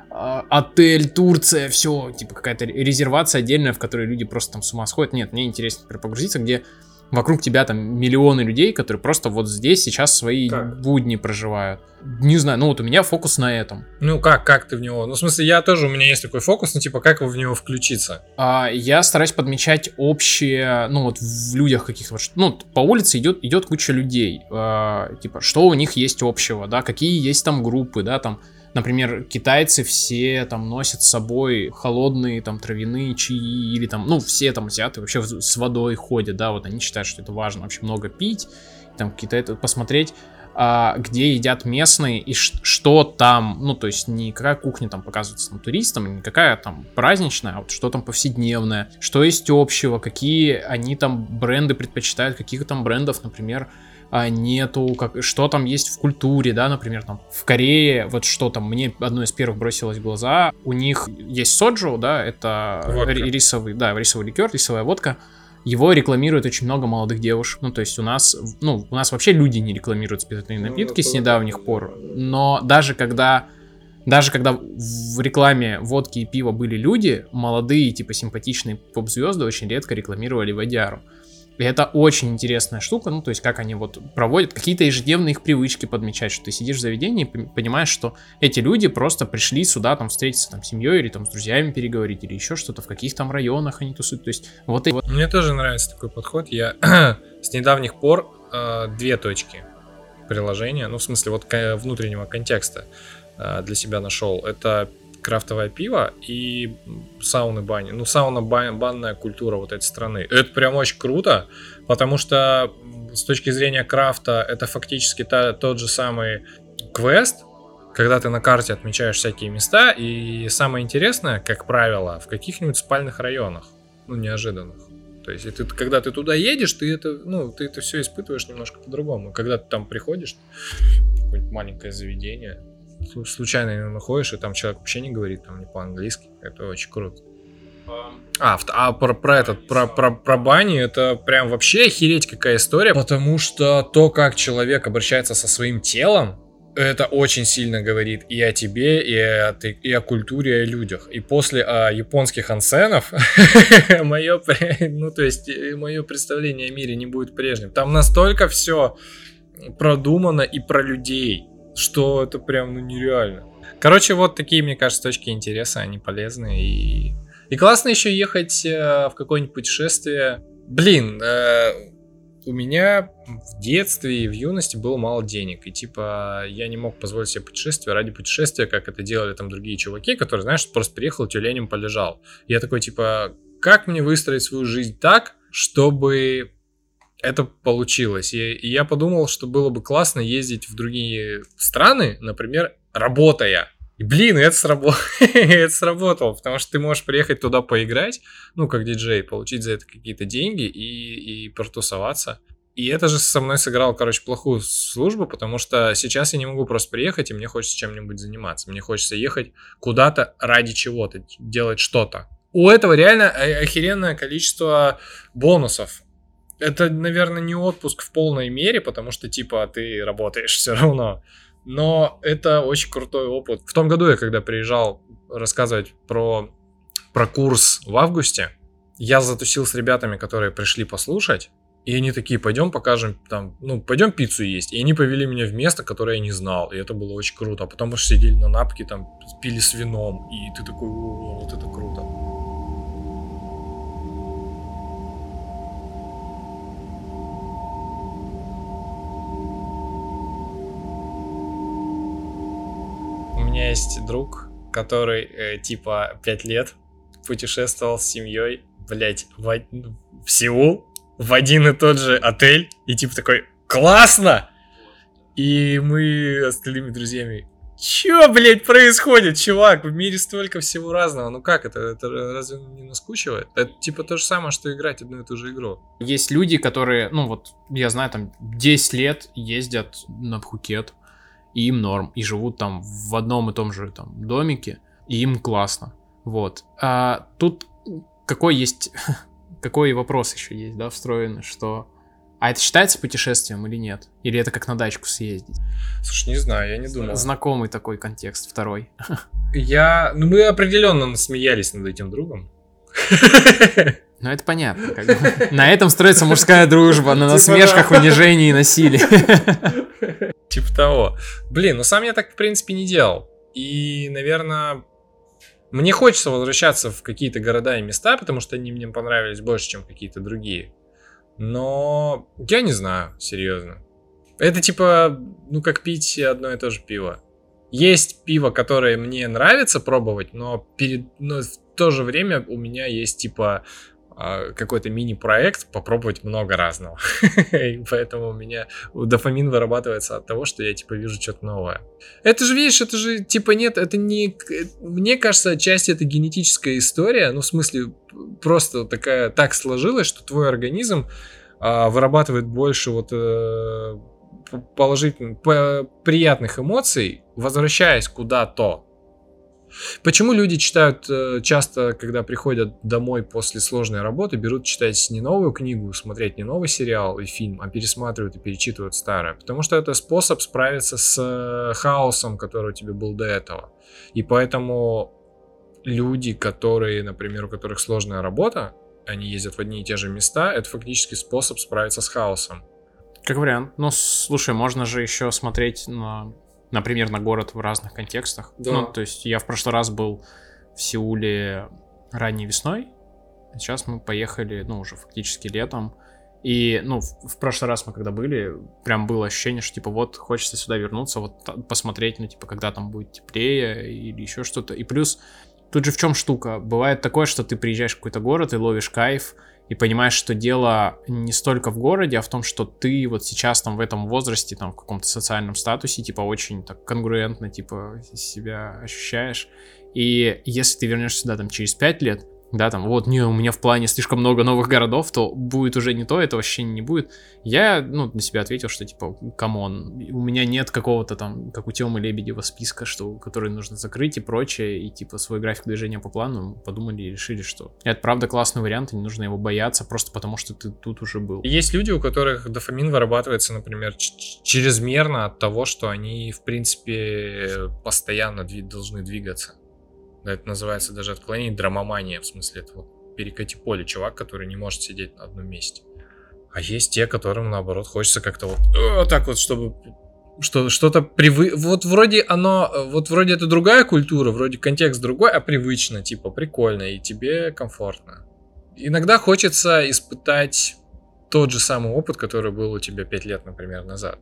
отель, Турция, все, типа, какая-то резервация отдельная, в которой люди просто там с ума сходят. Нет, мне интересно, например, погрузиться, где вокруг тебя там миллионы людей, которые просто вот здесь сейчас свои будни проживают. Не знаю, вот у меня фокус на этом. Ну как ты в него? Ну в смысле, у меня есть такой фокус, типа как в него включиться? Я стараюсь подмечать общее, вот в людях каких-то, по улице идет куча людей, типа что у них есть общего, да, какие есть там группы, да, там. Например, китайцы все там носят с собой холодные там травяные чаи, или там, все там азиаты вообще с водой ходят, да, вот они считают, что это важно вообще много пить, там какие-то посмотреть, где едят местные и что там, то есть не какая кухня там показывается там туристам, не какая там праздничная, а вот что там повседневное, что есть общего, какие они там бренды предпочитают, каких там брендов, например, нету, что там есть в культуре, да, например, там в Корее, вот что там, мне одно из первых бросилось в глаза, у них есть соджу, да, это рисовый ликер, рисовая водка, его рекламирует очень много молодых девушек, то есть у нас вообще люди не рекламируют спиртные напитки с недавних пор, но даже когда в рекламе водки и пива были люди, молодые, типа симпатичные поп-звезды очень редко рекламировали водяру. И это очень интересная штука, то есть как они вот проводят какие-то ежедневные их привычки подмечать, что ты сидишь в заведении и понимаешь, что эти люди просто пришли сюда там встретиться там с семьей или там с друзьями переговорить или еще что-то, в каких там районах они тусуют, то есть вот. Мне тоже нравится такой подход, я с недавних пор 2 точки приложения, в смысле вот внутреннего контекста для себя нашел, это крафтовое пиво и сауны-бани. Сауна-банная культура вот этой страны. Это прям очень круто, потому что с точки зрения крафта это фактически тот же самый квест, когда ты на карте отмечаешь всякие места, и самое интересное, как правило, в каких-нибудь спальных районах, неожиданных. То есть, когда ты туда едешь, ты это все испытываешь немножко по-другому. Когда ты там приходишь, какое-нибудь маленькое заведение, случайно его находишь, и там человек вообще не говорит там не по-английски. Это очень круто. Про бани это прям вообще охереть какая история, потому что то, как человек обращается со своим телом, это очень сильно говорит и о тебе, и о культуре, и о людях. И после японских ансенов мое представление о мире не будет прежним. Там настолько все продумано и про людей, что это прям нереально. Короче, вот такие, мне кажется, точки интереса, они полезные. И классно еще ехать в какое-нибудь путешествие. Блин, у меня в детстве и в юности было мало денег. И типа я не мог позволить себе путешествие ради путешествия, как это делали там другие чуваки, которые, знаешь, просто приехал, тюленем полежал. И я такой, типа, как мне выстроить свою жизнь так, чтобы это получилось. И я подумал, что было бы классно ездить в другие страны, например, работая. И, блин, это сработало, потому что ты можешь приехать туда поиграть, как диджей, получить за это какие-то деньги и протусоваться. И это же со мной сыграло, короче, плохую службу, потому что сейчас я не могу просто приехать, и мне хочется чем-нибудь заниматься. Мне хочется ехать куда-то ради чего-то, делать что-то. У этого реально охеренное количество бонусов. Это, наверное, не отпуск в полной мере, потому что, типа, ты работаешь все равно. Но это очень крутой опыт. В том году я, когда приезжал рассказывать про курс в августе, я затусил с ребятами, которые пришли послушать. И они такие, пойдем покажем, там, пойдем пиццу есть. И они повели меня в место, которое я не знал. И это было очень круто. А потом мы сидели на напке, там, пили с вином. И ты такой, о, вот это круто. У меня есть друг, который, 5 лет путешествовал с семьей, блять, в Сеул. В один и тот же отель, и такой, классно! И мы остальными друзьями, чё, блядь, происходит, чувак? В мире столько всего разного, ну как это разве не наскучивает? Это то же самое, что играть одну и ту же игру. Есть люди, которые, я знаю, там, 10 лет ездят на Пхукет, и им норм, и живут там в одном и том же там домике, и им классно, вот. А тут какой вопрос еще есть, да, встроенный, что... А это считается путешествием или нет? Или это как на дачку съездить? Слушай, не знаю, я не думал. Знакомый такой контекст, второй. Мы определенно насмеялись над этим другом. Ну, это понятно. На этом строится мужская дружба, на насмешках, унижении и насилии. Типа того. Блин, сам я так, в принципе, не делал. И, наверное... Мне хочется возвращаться в какие-то города и места, потому что они мне понравились больше, чем какие-то другие. Но я не знаю, серьезно. Это как пить одно и то же пиво. Есть пиво, которое мне нравится пробовать, но в то же время у меня есть какой-то мини-проект попробовать много разного. И поэтому у меня дофамин вырабатывается от того, что я вижу что-то новое. Это же, видишь, нет, это не... Мне кажется, отчасти это генетическая история, в смысле, просто так сложилось, что твой организм вырабатывает больше положительных, приятных эмоций, возвращаясь куда-то. Почему люди читают часто, когда приходят домой после сложной работы, берут читать не новую книгу, смотреть не новый сериал и фильм, а пересматривают и перечитывают старое? Потому что это способ справиться с хаосом, который у тебя был до этого. И поэтому люди, например, у которых сложная работа, они ездят в одни и те же места, это фактически способ справиться с хаосом. Как вариант. Слушай, можно же еще смотреть например, на город в разных контекстах. Да. То есть я в прошлый раз был в Сеуле ранней весной, а сейчас мы поехали, уже фактически летом. И, в прошлый раз мы когда были, прям было ощущение, что, хочется сюда вернуться, посмотреть, когда там будет теплее или еще что-то. И плюс, тут же в чем штука? Бывает такое, что ты приезжаешь в какой-то город и ловишь кайф, и понимаешь, что дело не столько в городе, а в том, что ты сейчас там в этом возрасте, там в каком-то социальном статусе, очень так конгруентно, себя ощущаешь. И если ты вернешься сюда там через 5 лет, да, там, у меня в плане слишком много новых городов, то будет уже не то, этого ощущения не будет. Я, для себя ответил, что, камон, у меня нет какого-то там, как у Тёмы Лебедева, списка, который нужно закрыть и прочее, и, свой график движения по плану подумали и решили, что это, правда, классный вариант, и не нужно его бояться, просто потому что ты тут уже был. Есть люди, у которых дофамин вырабатывается, например, чрезмерно от того, что они, в принципе, постоянно должны двигаться. Это называется даже отклонение, драмомания, в смысле, это перекати поле, чувак, который не может сидеть на одном месте. А есть те, которым, наоборот, хочется как-то чтобы что-то вроде это другая культура, вроде контекст другой, а привычно, прикольно, и тебе комфортно. Иногда хочется испытать тот же самый опыт, который был у тебя 5 лет, например, назад.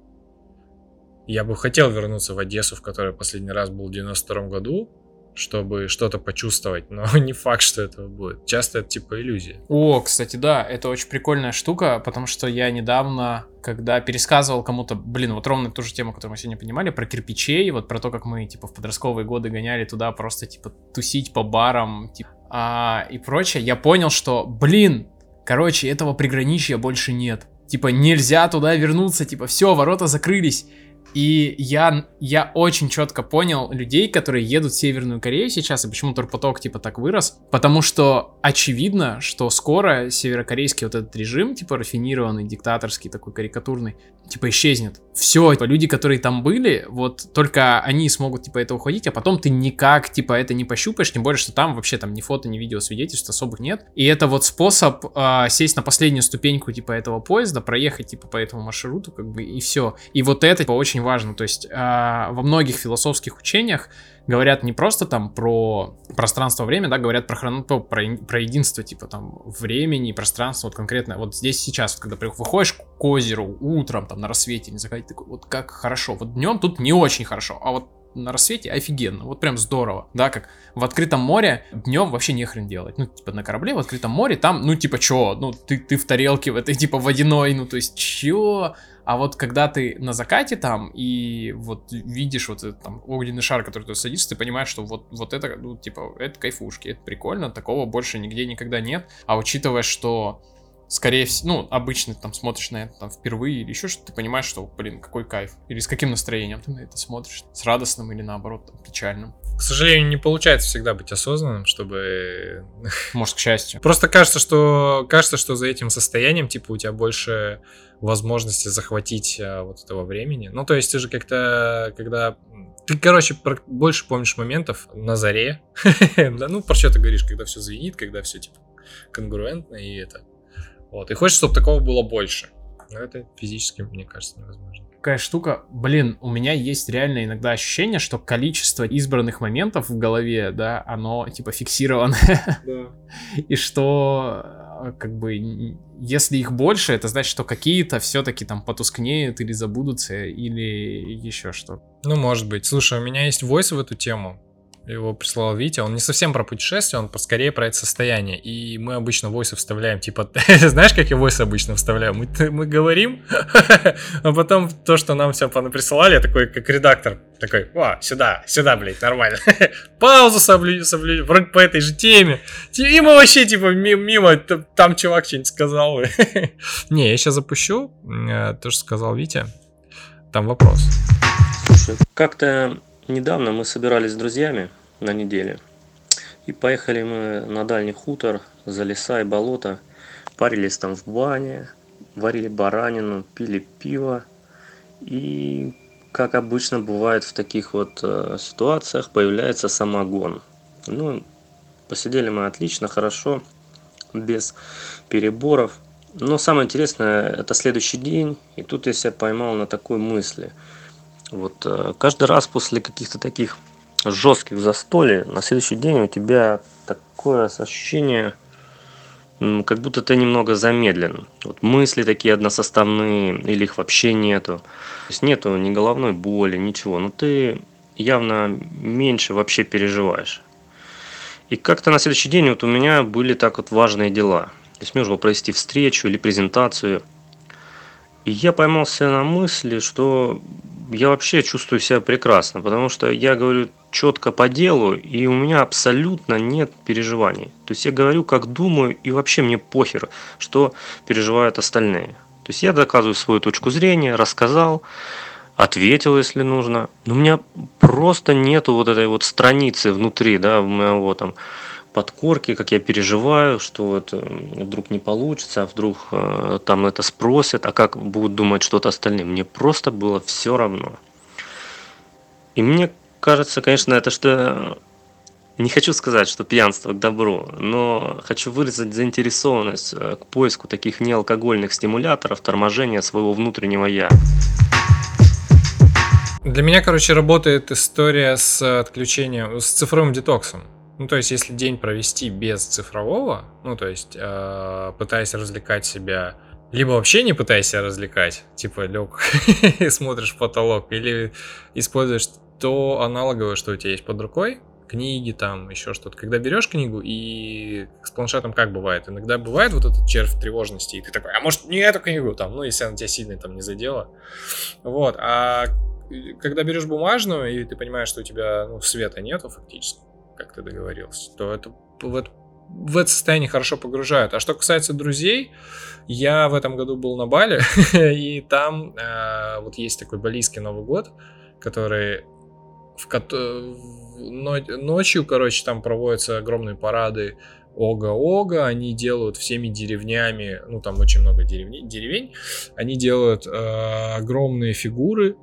Я бы хотел вернуться в Одессу, в которой последний раз был в 92-м году, чтобы что-то почувствовать, но не факт, что этого будет. Часто это иллюзия. О, кстати, да, это очень прикольная штука, потому что я недавно, когда пересказывал кому-то, ровно ту же тему, которую мы сегодня понимали, про кирпичей, про то, как мы, в подростковые годы гоняли туда просто, тусить по барам, и прочее, я понял, что, этого приграничья больше нет. типа, нельзя туда вернуться, типа, все, ворота закрылись. И я очень четко понял людей, которые едут в Северную Корею сейчас, и почему турпоток, типа, так вырос. Потому что очевидно, что скоро северокорейский вот этот режим, типа, рафинированный, диктаторский, такой карикатурный, типа, исчезнет. Все, типа, люди, которые там были, вот только они смогут, типа, это уходить, а потом ты никак, типа, это не пощупаешь, тем более, что там вообще там ни фото, ни видео свидетельств особых нет. И это вот способ сесть на последнюю ступеньку, типа, этого поезда, проехать, типа, по этому маршруту, как бы, и все. И вот это, типа, очень важно. То есть во многих философских учениях говорят не просто там про пространство-время, да, говорят про единство, типа, там, времени, пространства, вот конкретно, вот здесь сейчас, вот, когда выходишь к озеру утром, там, на рассвете, не закатить, такой, вот как хорошо, вот днем тут не очень хорошо, а вот на рассвете офигенно, вот прям здорово, да, как в открытом море днем вообще не хрен делать, ну, типа, на корабле в открытом море, там, ну, типа, чё, ну, ты в тарелке в этой, типа, водяной, ну, то есть, чё? А вот когда ты на закате там и вот видишь вот этот там огненный шар, который туда садится, ты понимаешь, что вот это, ну, типа, это кайфушки, это прикольно, такого больше нигде никогда нет. А учитывая, что, скорее всего, ну, обычно там смотришь на это там впервые или еще что-то, ты понимаешь, что, блин, какой кайф. Или с каким настроением ты на это смотришь, с радостным или наоборот, там, печальным. К сожалению, не получается всегда быть осознанным, чтобы... Может, к счастью. Просто кажется, что за этим состоянием, типа, у тебя больше возможности захватить вот этого времени. Ну, то есть ты же как-то, когда... Ты, короче, больше помнишь моментов на заре. Ну, про что ты говоришь, когда все звенит, когда все, типа, конгруентно и это... Вот. И хочешь, чтобы такого было больше. Но это физически, мне кажется, невозможно. Такая штука, блин, у меня есть реально иногда ощущение, что количество избранных моментов в голове, да, оно типа фиксировано. Да. И что, как бы, если их больше, это значит, что какие-то все-таки там потускнеют или забудутся, или еще что. Ну, может быть. Слушай, у меня есть войс в эту тему. Его прислал Витя. Он не совсем про путешествие, он скорее про это состояние. И мы обычно войсы вставляем, типа... Знаешь, как я войсы обычно вставляю? Мы говорим, а потом то, что нам все присылали, я такой, как редактор, такой, сюда, блядь, нормально. Паузу соблюдю, вроде по этой же теме. И мы вообще, типа, мимо, там чувак что-нибудь сказал. Не, я сейчас запущу то, что сказал Витя. Там вопрос. Слушай, как-то... Недавно мы собирались с друзьями на неделе и поехали мы на дальний хутор, за леса и болото, парились там в бане, варили баранину, пили пиво и, как обычно бывает в таких вот ситуациях, появляется самогон. Ну, посидели мы отлично, хорошо, без переборов. Но самое интересное, это следующий день, и тут я себя поймал на такой мысли. Вот каждый раз после каких-то таких жестких застолий на следующий день у тебя такое ощущение, как будто ты немного замедлен. Вот мысли такие односоставные, или их вообще нету. То есть нету ни головной боли, ничего. Но ты явно меньше вообще переживаешь. И как-то на следующий день вот у меня были так вот важные дела. То есть мне нужно было провести встречу или презентацию. И я поймался на мысли, что я вообще чувствую себя прекрасно, потому что я говорю четко по делу, и у меня абсолютно нет переживаний. То есть я говорю, как думаю, и вообще мне похер, что переживают остальные. То есть я доказываю свою точку зрения, рассказал, ответил, если нужно. Но у меня просто нету вот этой вот страницы внутри, да, моего там подкорки, как я переживаю, что вот вдруг не получится, а вдруг там это спросят, а как будут думать что-то остальные. Мне просто было все равно. И мне кажется, конечно, это что... Не хочу сказать, что пьянство к добру, но хочу выразить заинтересованность к поиску таких неалкогольных стимуляторов, торможения своего внутреннего «я». Для меня, короче, работает история с отключением, с цифровым детоксом. Ну, то есть, если день провести без цифрового, ну, то есть, пытаясь развлекать себя, либо вообще не пытаясь себя развлекать, типа, лег и смотришь в потолок, или используешь то аналоговое, что у тебя есть под рукой, книги там, еще что-то. Когда берешь книгу и с планшетом как бывает? Иногда бывает вот этот червь тревожности, и ты такой, а может не эту книгу там, ну, если она тебя сильно там не задела. Вот, а когда берешь бумажную, и ты понимаешь, что у тебя, ну, света нету фактически, как ты договорился, то это в это состояние хорошо погружают. А что касается друзей, я в этом году был на Бали, и там вот есть такой балийский Новый год, который ночью, короче, там проводятся огромные парады Ога-Ога, они делают всеми деревнями, ну там очень много деревень, они делают огромные фигуры,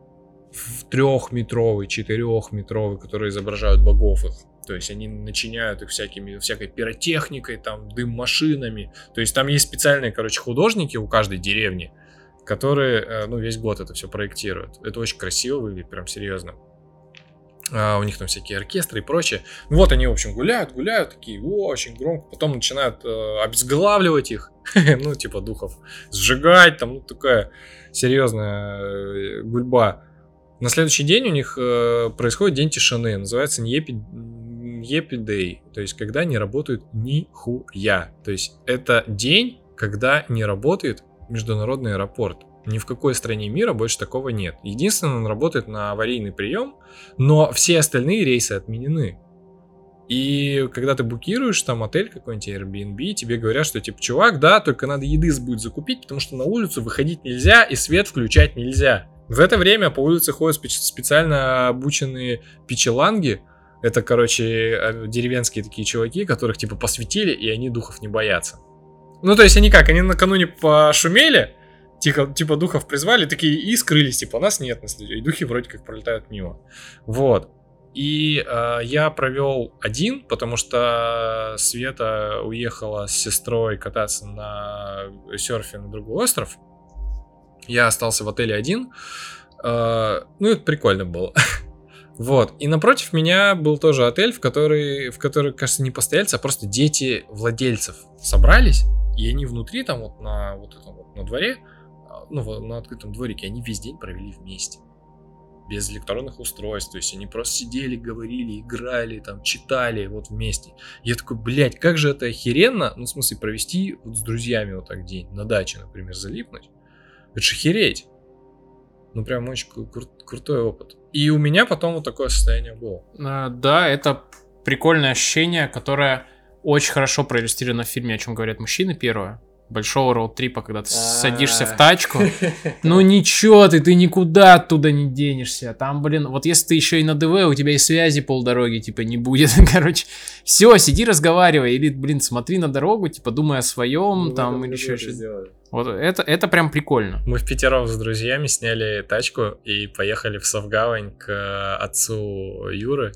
3-метровые, 4-метровые, которые изображают богов их. То есть они начиняют их всякой пиротехникой, там, дым-машинами. То есть там есть специальные, короче, художники у каждой деревни, которые, ну, весь год это все проектируют. Это очень красиво выглядит, прям серьезно. У них там всякие оркестры и прочее. Ну вот они, в общем, гуляют, такие, очень громко. Потом начинают обезглавливать их, ну, типа духов сжигать, там, ну, такая серьезная гульба. На следующий день у них происходит день тишины, называется Ньепи Дэй, то есть когда не работают нихуя. То есть это день, когда не работает международный аэропорт. Ни в какой стране мира больше такого нет. Единственное, он работает на аварийный прием, но все остальные рейсы отменены. И когда ты букируешь там отель какой-нибудь, Airbnb, тебе говорят, что типа, чувак, да, только надо еды будет закупить, потому что на улицу выходить нельзя и свет включать нельзя. В это время по улице ходят специально обученные пичеланги. Это, короче, деревенские такие чуваки, которых типа посвятили, и они духов не боятся. Ну, то есть они как, они накануне пошумели, типа духов призвали, такие и скрылись, типа нас нет на следующий, и духи вроде как пролетают мимо. Вот. И я провел один, потому что Света уехала с сестрой кататься на серфе на другой остров. Я остался в отеле один. Ну, это прикольно было. Вот. И напротив меня был тоже отель, в который, кажется, не постояльцы, а просто дети владельцев собрались. И они внутри, там вот на вот этом вот на дворе, ну, на открытом дворике, они весь день провели вместе. Без электронных устройств. То есть они просто сидели, говорили, играли, там, читали вот вместе. Я такой, блядь, как же это охеренно. Ну, в смысле, провести вот с друзьями вот так день. На даче, например, залипнуть. Это же охереть. Ну, прям очень крутой опыт. И у меня потом вот такое состояние было. Да, это прикольное ощущение, которое очень хорошо проиллюстрировано в фильме «О чем говорят мужчины», первое. Большого роуд-трипа, когда ты садишься в тачку. Ну ничего ты никуда оттуда не денешься. Там, блин, вот если ты еще и на ДВ, у тебя и связи полдороги, типа, не будет. Короче, все, сиди, разговаривай. Или, блин, смотри на дорогу, типа, думай о своем, там, или еще что-то. Вот это прям прикольно. Мы впятером с друзьями сняли тачку и поехали в Савгавань к отцу Юры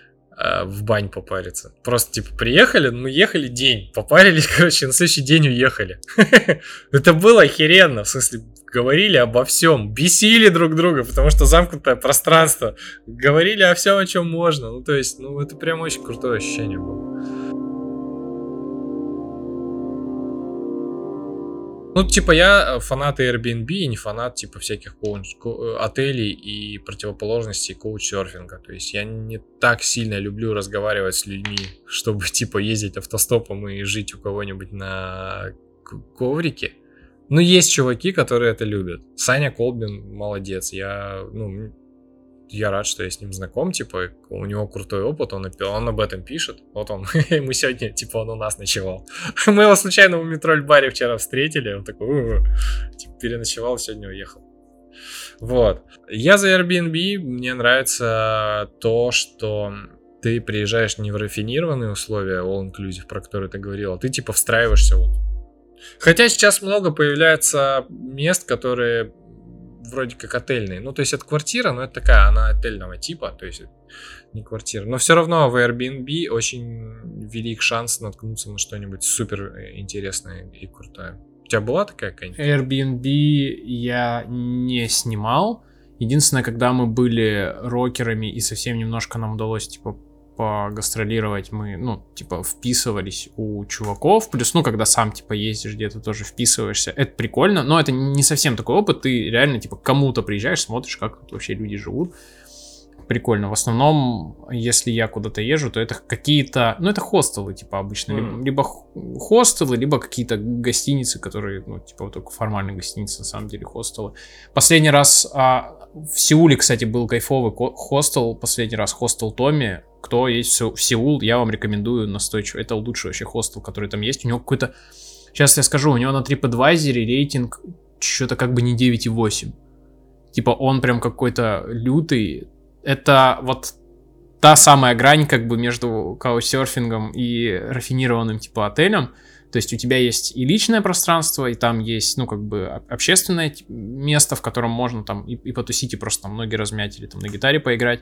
в бань попариться. Просто, типа, приехали, мы ехали день, попарились, короче, на следующий день уехали. Это было охеренно, в смысле, говорили обо всем, бесили друг друга, потому что замкнутое пространство, говорили о всем, о чем можно. Ну, то есть, ну, это прям очень крутое ощущение было. Ну, типа, я фанат Airbnb и не фанат, типа, всяких отелей и противоположностей коучсерфинга. То есть я не так сильно люблю разговаривать с людьми, чтобы, типа, ездить автостопом и жить у кого-нибудь на коврике. Но есть чуваки, которые это любят. Саня Колбин молодец. Я рад, что я с ним знаком, типа, у него крутой опыт, он об этом пишет. Вот он, мы сегодня, типа, он у нас ночевал. Мы его случайно в метро-баре вчера встретили, он такой, типа, переночевал, сегодня уехал. Вот. Я за Airbnb, мне нравится то, что ты приезжаешь не в рафинированные условия, all-inclusive, про которые ты говорил, а ты, типа, встраиваешься вот. Хотя сейчас много появляется мест, которые вроде как отельные. Ну, то есть это квартира, но это такая, она отельного типа, то есть не квартира. Но все равно в Airbnb очень велик шанс наткнуться на что-нибудь супер интересное и крутое. У тебя была такая какая-нибудь? Airbnb я не снимал. Единственное, когда мы были рокерами и совсем немножко нам удалось, типа, погастролировать, мы, ну, типа, вписывались у чуваков, плюс, ну, когда сам, типа, ездишь где-то, тоже вписываешься, это прикольно, но это не совсем такой опыт, ты реально, типа, к кому-то приезжаешь, смотришь, как тут вообще люди живут, прикольно. В основном, если я куда-то езжу, то это какие-то, ну, это хостелы, типа, обычно, либо хостелы, либо какие-то гостиницы, которые, ну, типа, вот только формальные гостиницы, на самом деле, хостелы. Последний раз в Сеуле, кстати, был кайфовый хостел, последний раз хостел Томми. кто есть в Сеул, я вам рекомендую настойчиво. Это лучший вообще хостел, который там есть. У него какой-то... Сейчас я скажу, у него на TripAdvisor рейтинг что-то как бы не 9,8. Типа он прям какой-то лютый. Это вот та самая грань как бы между каучсерфингом и рафинированным типа отелем. То есть у тебя есть и личное пространство, и там есть, ну, как бы общественное место, в котором можно там и потусить, и просто там ноги размять, или там на гитаре поиграть.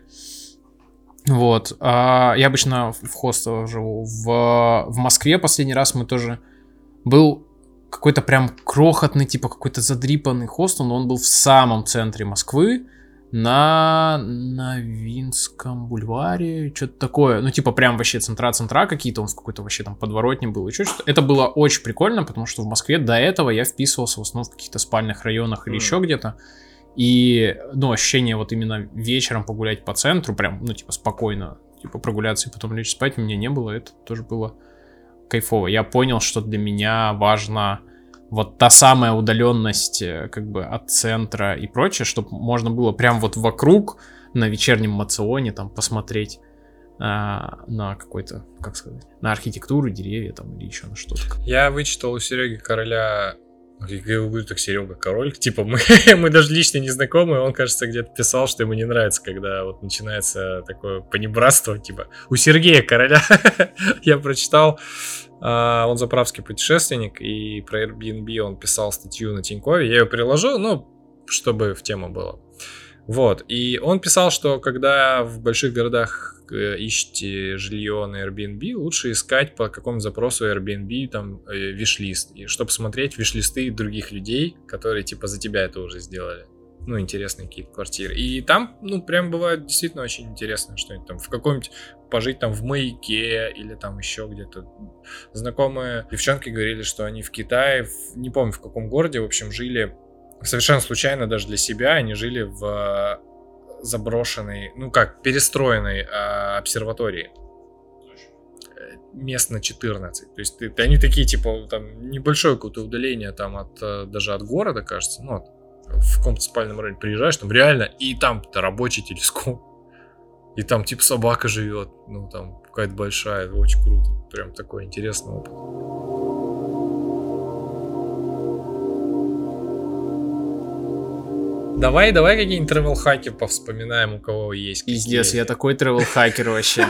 Вот. Я обычно в хостелах живу. В Москве последний раз мы тоже... Был какой-то прям крохотный, типа какой-то задрипанный хостел, но он был в самом центре Москвы, на Новинском бульваре, что-то такое. Ну, типа прям вообще центра какие-то, он в какой-то вообще там подворотне был, еще что-то. Это было очень прикольно, потому что в Москве до этого я вписывался в основном в каких-то спальных районах или еще где-то. И, ну, ощущение вот именно вечером погулять по центру, прям, ну, типа спокойно, типа прогуляться и потом лечь спать у меня не было, это тоже было кайфово. Я понял, что для меня важно вот та самая удаленность как бы от центра и прочее, чтобы можно было прям вот вокруг на вечернем моционе там посмотреть на какой-то, как сказать, на архитектуру, деревья там или еще на что-то. Я вычитал у Сереги Короля, я говорю так, Серега Король, типа мы даже лично не знакомы, он, кажется, где-то писал, что ему не нравится, когда вот начинается такое понебратство, типа у Сергея Короля. Я прочитал, он заправский путешественник, и про Airbnb он писал статью на Тинькове, я ее приложу, ну, чтобы в тему было. Вот, и он писал, что когда в больших городах ищете жилье на Airbnb, лучше искать по какому-то запросу Airbnb там виш-лист, и чтобы смотреть виш-листы других людей, которые типа за тебя это уже сделали. Ну, интересные какие-то квартиры. И там, ну, прям бывает действительно очень интересно что-нибудь там в каком-нибудь пожить там в Маяке или там еще где-то. Знакомые девчонки говорили, что они в Китае, не помню в каком городе, в общем, жили совершенно случайно даже для себя, они жили в заброшенной, ну как, перестроенной обсерватории. Мест на 14. То есть они такие, типа, там небольшое какое-то удаление там даже от города, кажется, ну, в каком-то спальном районе приезжаешь, там реально, и там-то рабочий телескоп. И там типа собака живет, ну там какая-то большая, это очень круто. Прям такой интересный опыт. Давай какие-нибудь тревел-хаки повспоминаем, у кого есть. Пиздец, я такой тревел-хакер вообще.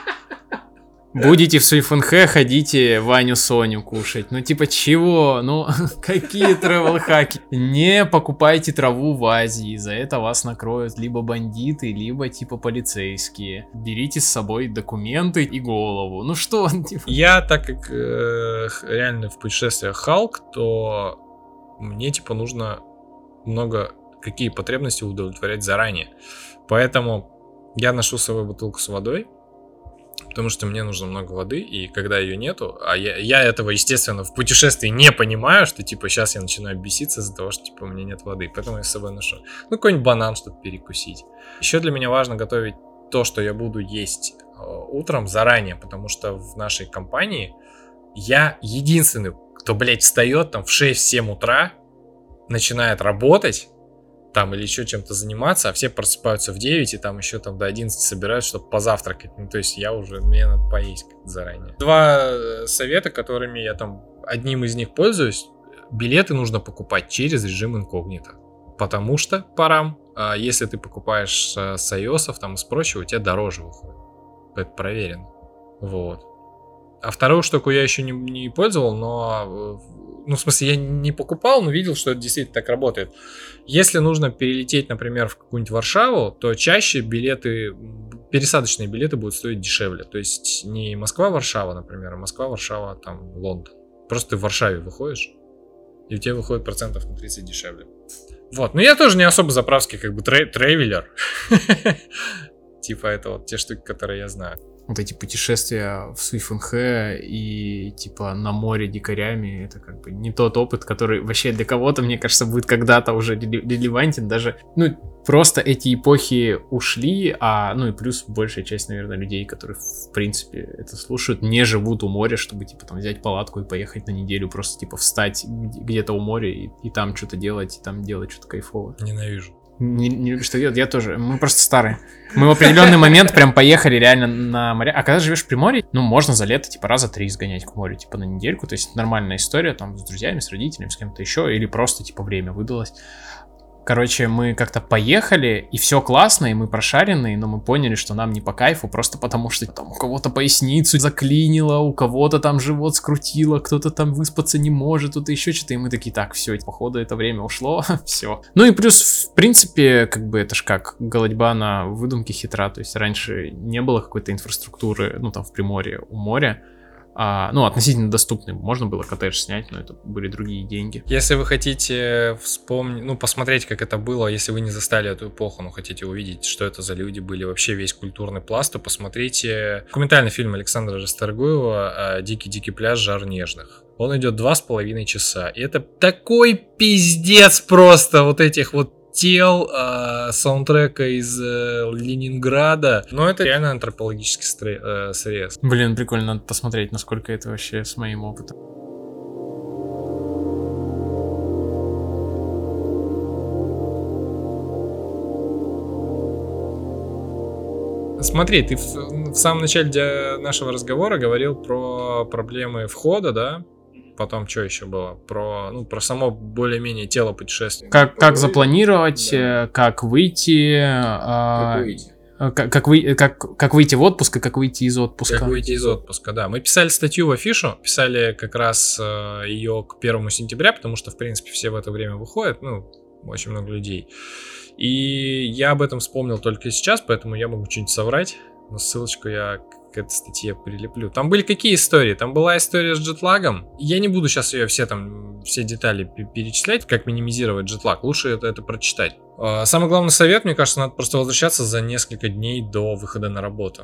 Будете в Суйфунхэ, ходите Ваню Соню кушать. Ну типа чего? Ну какие тревел-хаки? Не покупайте траву в Азии, за это вас накроют либо бандиты, либо типа полицейские. Берите с собой документы и голову. Ну что? Я, так как реально в путешествиях Халк, то мне типа нужно много какие потребности удовлетворять заранее. Поэтому я ношу с собой бутылку с водой, потому что мне нужно много воды, и когда ее нету, а я этого, естественно, в путешествии не понимаю, что, типа, сейчас я начинаю беситься из-за того, что, типа, у меня нет воды, поэтому я с собой ношу. Ну, какой-нибудь банан, чтобы перекусить. Еще для меня важно готовить то, что я буду есть утром заранее, потому что в нашей компании я единственный, кто, блядь, встает там в 6-7 утра, начинает работать, там или еще чем-то заниматься, а все просыпаются в 9 и там еще там до 11 собираются, чтобы позавтракать. Ну, то есть мне надо поесть заранее. 2 совета, которыми я там одним из них пользуюсь. Билеты нужно покупать через режим инкогнито. Потому что парам, если ты покупаешь с iOS, там и с прочего, у тебя дороже выходит. Это проверено. Вот. А вторую штуку я еще не пользовал, но... Ну, в смысле, я не покупал, но видел, что это действительно так работает. Если нужно перелететь, например, в какую-нибудь Варшаву, то чаще пересадочные билеты будут стоить дешевле. То есть не Москва-Варшава, например, а Москва-Варшава, там, Лондон. Просто ты в Варшаве выходишь, и у тебя выходит процентов на 30 дешевле. Вот, но я тоже не особо заправский, как бы, тревелер. Типа это вот те штуки, которые я знаю. Вот эти путешествия в Суйфунхэ и типа на море дикарями, это как бы не тот опыт, который вообще для кого-то, мне кажется, будет когда-то уже релевантен. Даже, ну, просто эти эпохи ушли, ну и плюс большая часть, наверное, людей, которые в принципе это слушают, не живут у моря, чтобы типа там взять палатку и поехать на неделю, просто типа встать где-то у моря и там что-то делать, и там делать что-то кайфовое. Ненавижу. Не любишь что делать? Я тоже. Мы просто старые. Мы в определенный момент прям поехали реально на море. А когда живешь в Приморье, ну, можно за лето, типа, раза 3 сгонять к морю, типа, на недельку. То есть нормальная история, там, с друзьями, с родителями, с кем-то еще. Или просто, типа, время выдалось. Короче, мы как-то поехали, и все классно, и мы прошаренные, но мы поняли, что нам не по кайфу, просто потому что там у кого-то поясницу заклинило, у кого-то там живот скрутило, кто-то там выспаться не может, тут еще что-то, и мы такие, так, все, походу это время ушло, все. Ну и плюс, в принципе, как бы это ж как, голодьба на выдумке хитра, то есть раньше не было какой-то инфраструктуры, ну там в Приморье у моря, ну, относительно доступный. Можно было коттедж снять, но это были другие деньги. Если вы хотите вспомнить, ну, посмотреть, как это было, если вы не застали эту эпоху, но хотите увидеть, что это за люди были, вообще весь культурный пласт, то посмотрите документальный фильм Александра Расторгуева «Дикий-дикий пляж. Жар нежных». Он идет 2,5 часа. И это такой пиздец просто вот этих вот тел, саундтрека из Ленинграда. Но это реально антропологический срез. Блин, прикольно, надо посмотреть, насколько это вообще с моим опытом. Смотри, ты в самом начале нашего разговора говорил про проблемы входа, да? Потом что еще было? Про само более-менее тело путешествия. Как запланировать, да. Как выйти, как выйти в отпуск и как выйти из отпуска. Как выйти из отпуска, да. Мы писали статью в Афишу, писали как раз ее к 1 сентября, потому что, в принципе, все в это время выходят, очень много людей. И я об этом вспомнил только сейчас, поэтому я могу что-нибудь соврать, но ссылочку я к этой статье прилеплю. Там были какие истории? Там была история с джетлагом. Я не буду сейчас ее все детали перечислять, как минимизировать джетлаг. Лучше это прочитать. Самый главный совет, мне кажется, надо просто возвращаться за несколько дней до выхода на работу.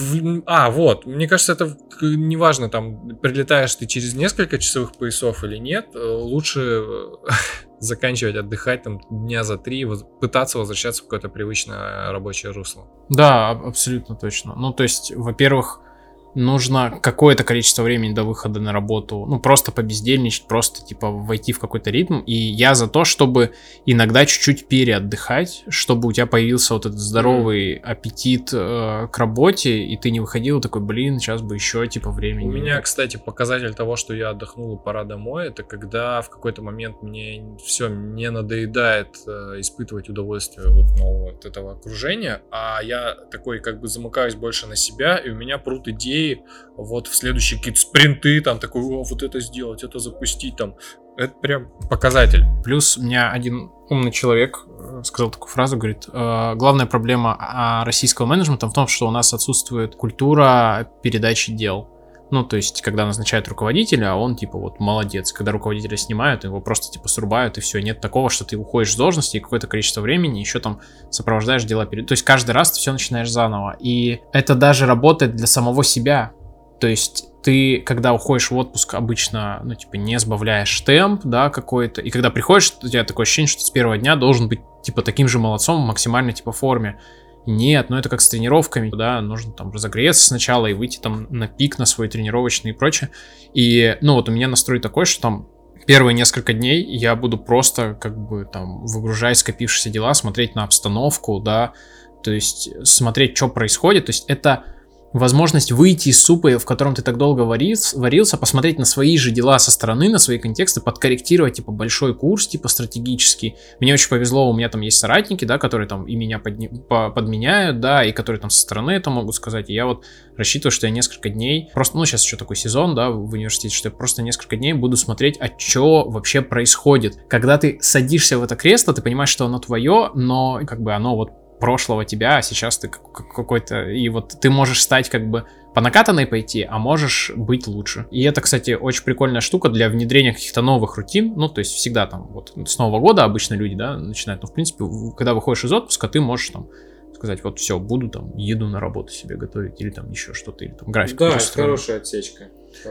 Мне кажется, это неважно, там, прилетаешь ты через несколько часовых поясов или нет, лучше заканчивать отдыхать там дня за 3, пытаться возвращаться в какое-то привычное рабочее русло. Да, абсолютно точно. Ну, то есть, во-первых, нужно какое-то количество времени до выхода на работу, просто побездельничать, просто, типа, войти в какой-то ритм. И я за то, чтобы иногда чуть-чуть переотдыхать, чтобы у тебя появился вот этот здоровый аппетит к работе, и ты не выходил такой, сейчас бы еще, типа, времени. У меня, кстати, показатель того, что я отдохнул и пора домой, это когда в какой-то момент мне все не надоедает испытывать удовольствие нового от этого окружения, а я такой, как бы, замыкаюсь больше на себя, и у меня прут идеи в следующие какие-то спринты, там такой, вот это сделать, это запустить, там. Это прям показатель. Плюс у меня один умный человек сказал такую фразу, говорит, главная проблема российского менеджмента в том, что у нас отсутствует культура передачи дел. То есть, когда назначают руководителя, он, типа, молодец. Когда руководителя снимают, его просто, типа, срубают, и все. Нет такого, что ты уходишь с должности и какое-то количество времени еще там сопровождаешь дела перед... То есть, каждый раз ты все начинаешь заново. И это даже работает для самого себя. То есть, ты, когда уходишь в отпуск, обычно, не сбавляешь темп, да, какой-то. И когда приходишь, у тебя такое ощущение, что ты с первого дня должен быть, типа, таким же молодцом, максимально, типа, в форме. Нет, это как с тренировками, да, нужно там разогреться сначала и выйти там на пик, на свой тренировочный и прочее. И, у меня настрой такой, что там первые несколько дней я буду просто, как бы, там, выгружать скопившиеся дела, смотреть на обстановку, да, то есть смотреть, что происходит, то есть это возможность выйти из супа, в котором ты так долго варился, посмотреть на свои же дела со стороны, на свои контексты, подкорректировать, типа, большой курс, типа, стратегический. Мне очень повезло, у меня там есть соратники, да, которые там и меня подменяют, да, и которые там со стороны это могут сказать. И я рассчитываю, что я несколько дней, просто, сейчас еще такой сезон, да, в университете, что я просто несколько дней буду смотреть, что вообще происходит. Когда ты садишься в это кресло, ты понимаешь, что оно твое, но, как бы, оно прошлого тебя, а сейчас ты какой-то... И ты можешь стать как бы по накатанной пойти, а можешь быть лучше. И это, кстати, очень прикольная штука для внедрения каких-то новых рутин. То есть всегда там с Нового года обычно люди, да, начинают. В принципе, когда выходишь из отпуска, ты можешь там сказать, все, буду там еду на работу себе готовить, или там еще что-то, или там график. Да, это хорошая отсечка.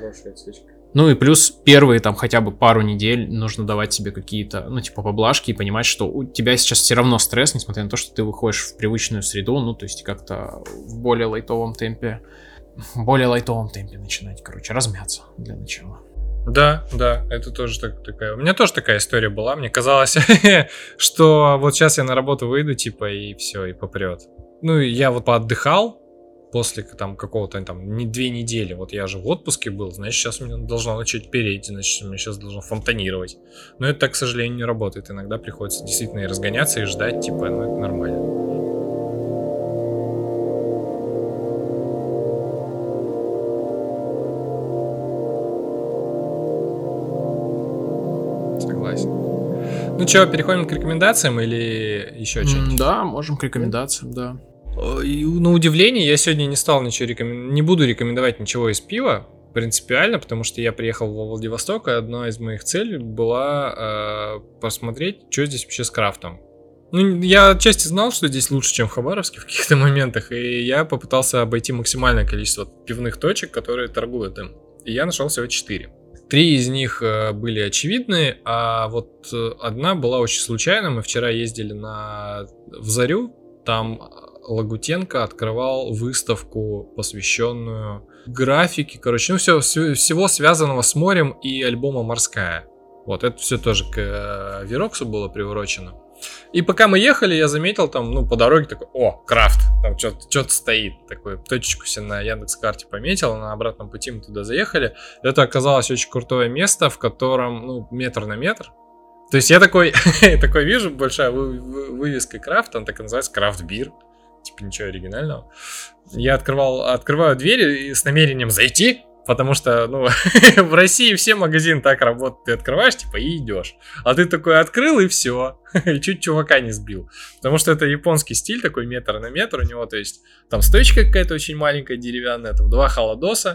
И плюс первые там хотя бы пару недель нужно давать себе какие-то, поблажки и понимать, что у тебя сейчас все равно стресс, несмотря на то, что ты выходишь в привычную среду, то есть как-то в более лайтовом темпе начинать, размяться для начала. Да, это тоже такая. У меня тоже такая история была. Мне казалось, что вот сейчас я на работу выйду, типа, и все, и попрет. Ну, я вот поотдыхал после там какого-то там 2 недели. Вот я же в отпуске был, значит, сейчас у меня должно начать переть, значит, у меня сейчас должно фонтанировать. Но это так, к сожалению, не работает. Иногда приходится действительно и разгоняться, и ждать, типа, ну, это нормально. Ну что, переходим к рекомендациям или еще что-нибудь? Да, можем к рекомендациям, да. И, на удивление, я сегодня не стал ничего не буду рекомендовать ничего из пива, принципиально, потому что я приехал во Владивосток, и одна из моих целей была посмотреть, что здесь вообще с крафтом. Ну, я отчасти знал, что здесь лучше, чем в Хабаровске в каких-то моментах, и я попытался обойти максимальное количество пивных точек, которые торгуют им. И я нашел всего 4. 3 из них были очевидны, а вот одна была очень случайна. Мы вчера ездили в Зарю, там Лагутенко открывал выставку, посвященную графике, короче, ну всего связанного с морем и альбома «Морская». Вот, это все тоже к Вироксу было приурочено. И пока мы ехали, я заметил там, ну, по дороге такой, крафт, там что-то стоит, такой, точечку себе на Яндекс.Карте пометил, на обратном пути мы туда заехали. Это оказалось очень крутое место, в котором, ну, метр на метр. То есть я такой вижу, большая вывеска крафт, она так и называется, крафт-бир, типа ничего оригинального. Я открываю дверь с намерением зайти, потому что, ну, в России все магазины так работают. Ты открываешь, типа, и идешь. А ты такой открыл, и все. И чуть чувака не сбил. Потому что это японский стиль, такой метр на метр у него. То есть, там стоечка какая-то очень маленькая, деревянная, там 2 холодоса.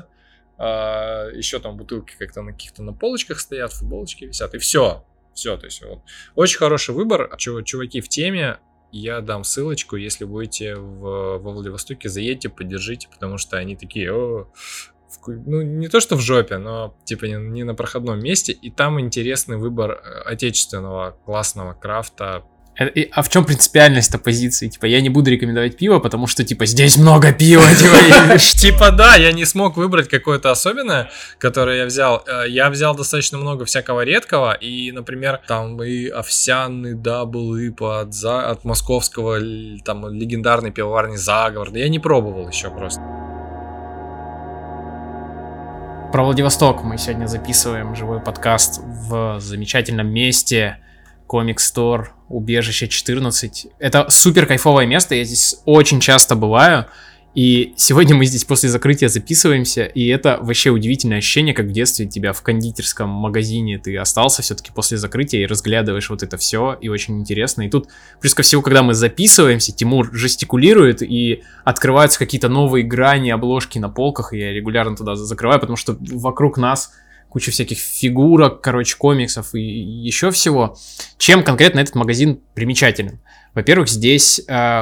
Еще там бутылки как-то на каких-то на полочках стоят, футболочки висят. И все. То есть, вот. Очень хороший выбор. Чуваки в теме. Я дам ссылочку, если будете во Владивостоке, заедьте, поддержите, потому что они такие... Ну, не то что в жопе, но типа не на проходном месте. И там интересный выбор отечественного классного крафта. А в чем принципиальность позиции? Типа, я не буду рекомендовать пиво, потому что, типа, здесь много пива. Типа, да, я не смог выбрать какое-то особенное, которое я взял. Я взял достаточно много всякого редкого. И, например, там и овсяный дабл ип от московского, там, легендарной пивоварни «Заговор». Да я не пробовал еще просто. Про Владивосток мы сегодня записываем живой подкаст в замечательном месте Comic Store, убежище 14. Это супер кайфовое место, я здесь очень часто бываю. И сегодня мы здесь после закрытия записываемся, и это вообще удивительное ощущение, как в детстве тебя в кондитерском магазине ты остался все-таки после закрытия и разглядываешь вот это все, и очень интересно. И тут, плюс ко всему, когда мы записываемся, Тимур жестикулирует, и открываются какие-то новые грани, обложки на полках, и я регулярно туда закрываю, потому что вокруг нас куча всяких фигурок, короче, комиксов и еще всего. Чем конкретно этот магазин примечателен? Во-первых, здесь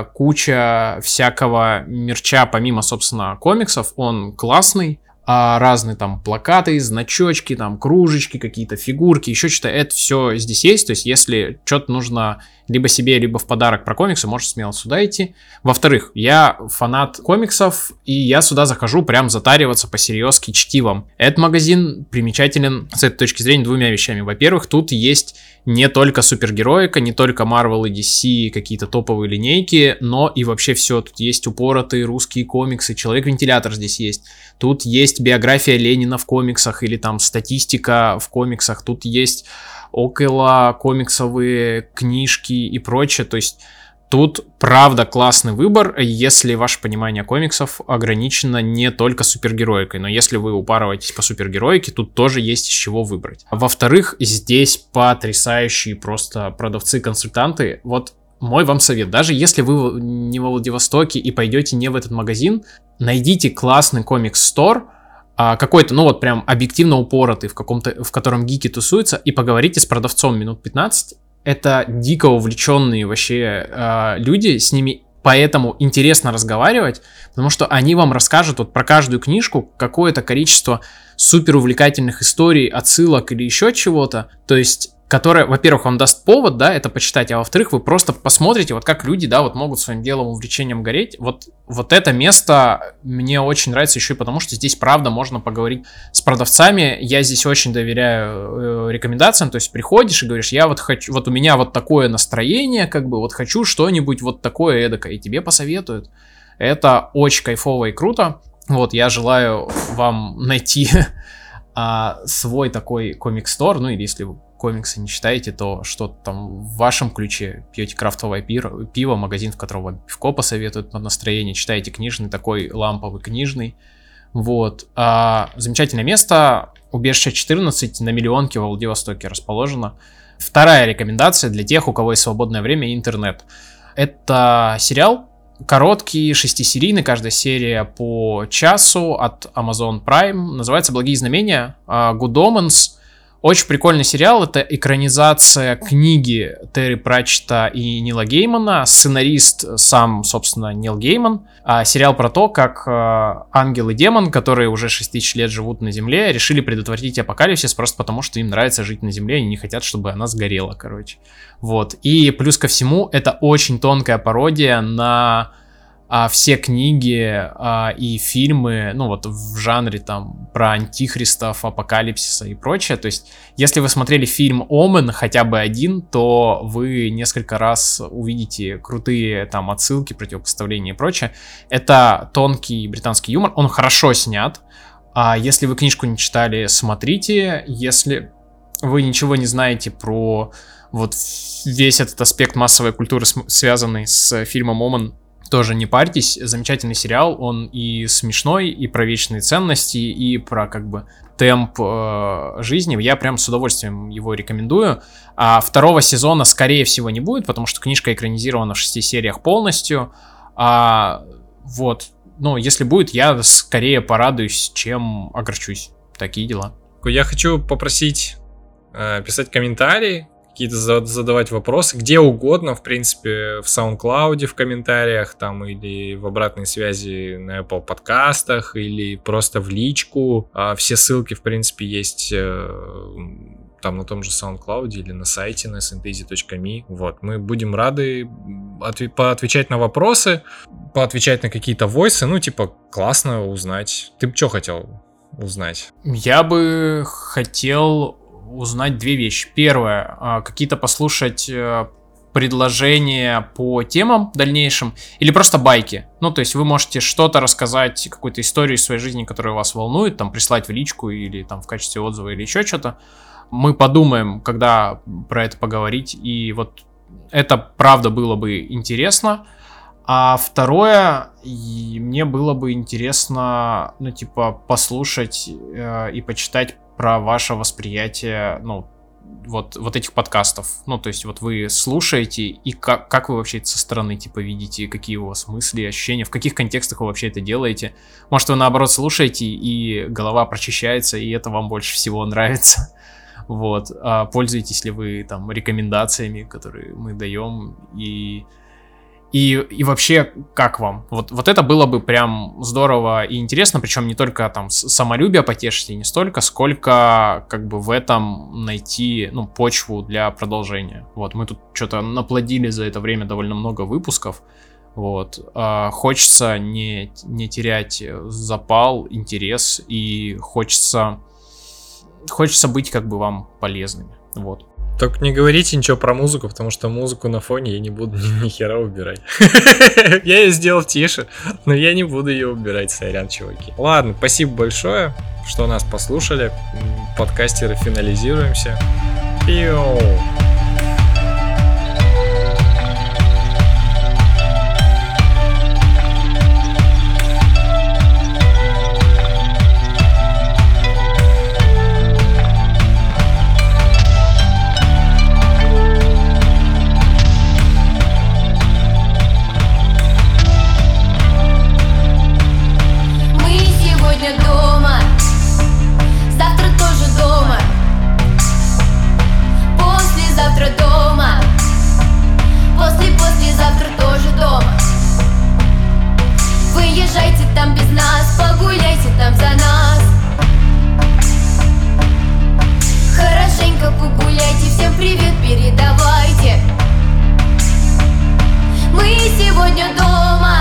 куча всякого мерча, помимо, собственно, комиксов. Он классный, разные там плакаты, значочки, там кружечки, какие-то фигурки, еще что-то. Это все здесь есть. То есть, если что-то нужно либо себе, либо в подарок про комиксы, можешь смело сюда идти. Во-вторых, я фанат комиксов, и я сюда захожу прям затариваться по-серьезки чтивом. Этот магазин примечателен с этой точки зрения 2 вещами. Во-первых, тут есть не только супергероика, не только Marvel и DC, какие-то топовые линейки, но и вообще все. Тут есть упоротые русские комиксы, Человек-вентилятор здесь есть. Тут есть биография Ленина в комиксах или там статистика в комиксах. Тут есть около комиксовые книжки и прочее. То есть тут правда классный выбор, если ваше понимание комиксов ограничено не только супергероикой, но если вы упарываетесь по супергероике, тут тоже есть из чего выбрать. Во-вторых, здесь потрясающие просто продавцы-консультанты. Вот мой вам совет, даже если вы не во Владивостоке и пойдете не в этот магазин, найдите классный комикс-стор, какой-то, ну вот прям объективно упоротый, в котором гики тусуются, и поговорите с продавцом минут 15. Это дико увлеченные вообще люди, с ними поэтому интересно разговаривать, потому что они вам расскажут вот про каждую книжку какое-то количество супер увлекательных историй, отсылок или еще чего-то. То есть которое, во-первых, вам даст повод, да, это почитать, а во-вторых, вы просто посмотрите, вот как люди, да, вот могут своим делом, увлечением гореть. Вот это место мне очень нравится еще и потому, что здесь, правда, можно поговорить с продавцами. Я здесь очень доверяю рекомендациям, то есть приходишь и говоришь, я вот хочу, вот у меня вот такое настроение, как бы, вот хочу что-нибудь вот такое эдакое, и тебе посоветуют. Это очень кайфово и круто. Вот, я желаю вам найти свой такой комик-стор, ну или если вы комиксы не читаете, то что там в вашем ключе, пьете крафтовое пиво, магазин, в котором вам пивко посоветуют под настроение, читаете книжный, такой ламповый книжный. Вот. Замечательное место, убежище 14 на Миллионке во Владивостоке расположено. Вторая рекомендация для тех, у кого есть свободное время и интернет. Это сериал, короткий, 6-серийный, каждая серия по часу от Amazon Prime. Называется «Благие знамения», Good Omens. Очень прикольный сериал, это экранизация книги Терри Пратчетта и Нила Геймана, сценарист сам, собственно, Нил Гейман. Сериал про то, как ангел и демон, которые уже 6000 лет живут на Земле, решили предотвратить апокалипсис просто потому, что им нравится жить на Земле, и не хотят, чтобы она сгорела, короче. Вот. И плюс ко всему, это очень тонкая пародия на все книги и фильмы, ну вот в жанре там про антихристов, апокалипсиса и прочее. То есть, если вы смотрели фильм «Омен» хотя бы один, то вы несколько раз увидите крутые там отсылки, противопоставления и прочее. Это тонкий британский юмор, он хорошо снят. Если вы книжку не читали, смотрите. Если вы ничего не знаете про вот весь этот аспект массовой культуры, связанный с фильмом «Омен», тоже не парьтесь, замечательный сериал, он и смешной, и про вечные ценности, и про как бы темп жизни. Я прям с удовольствием его рекомендую. Второго сезона, скорее всего, не будет, потому что книжка экранизирована в 6 сериях полностью. Вот, ну, если будет, я скорее порадуюсь, чем огорчусь. Такие дела. Я хочу попросить писать комментарии, какие-то задавать вопросы, где угодно, в принципе, в SoundCloud в комментариях, там, или в обратной связи на Apple подкастах, или просто в личку. Все ссылки, в принципе, есть там на том же SoundCloud или на сайте на synthezy.me. Вот, мы будем рады поотвечать на вопросы, поотвечать на какие-то войсы, ну, типа, классно узнать. Ты бы что хотел узнать? Я бы хотел узнать две вещи. Первое, какие-то послушать предложения по темам дальнейшим или просто байки. Ну, то есть вы можете что-то рассказать, какую-то историю из своей жизни, которая вас волнует, там, прислать в личку или там в качестве отзыва или еще что-то. Мы подумаем, когда про это поговорить, и вот это правда было бы интересно. А второе, мне было бы интересно, ну, типа, послушать и почитать про ваше восприятие, ну, вот этих подкастов. Ну, то есть вот вы слушаете, и как вы вообще это со стороны, типа, видите, какие у вас мысли, ощущения, в каких контекстах вы вообще это делаете. Может, вы, наоборот, слушаете, и голова прочищается, и это вам больше всего нравится. Вот. Пользуетесь ли вы, там, рекомендациями, которые мы даем, и вообще, как вам? Вот это было бы прям здорово и интересно, причем не только там самолюбие потешить, и не столько, сколько как бы в этом найти, ну, почву для продолжения. Вот, мы тут что-то наплодили за это время довольно много выпусков, вот. Хочется не терять запал, интерес, и хочется быть как бы вам полезными, вот. Только не говорите ничего про музыку, потому что музыку на фоне я не буду ни хера убирать. Я ее сделал тише, но я не буду ее убирать, сорян, чуваки. Ладно, спасибо большое, что нас послушали. Подкастеры, финализируемся. Пиу! Там без нас, погуляйте там за нас. Хорошо. хорошенько погуляйте, всем привет передавайте. Мы сегодня дома,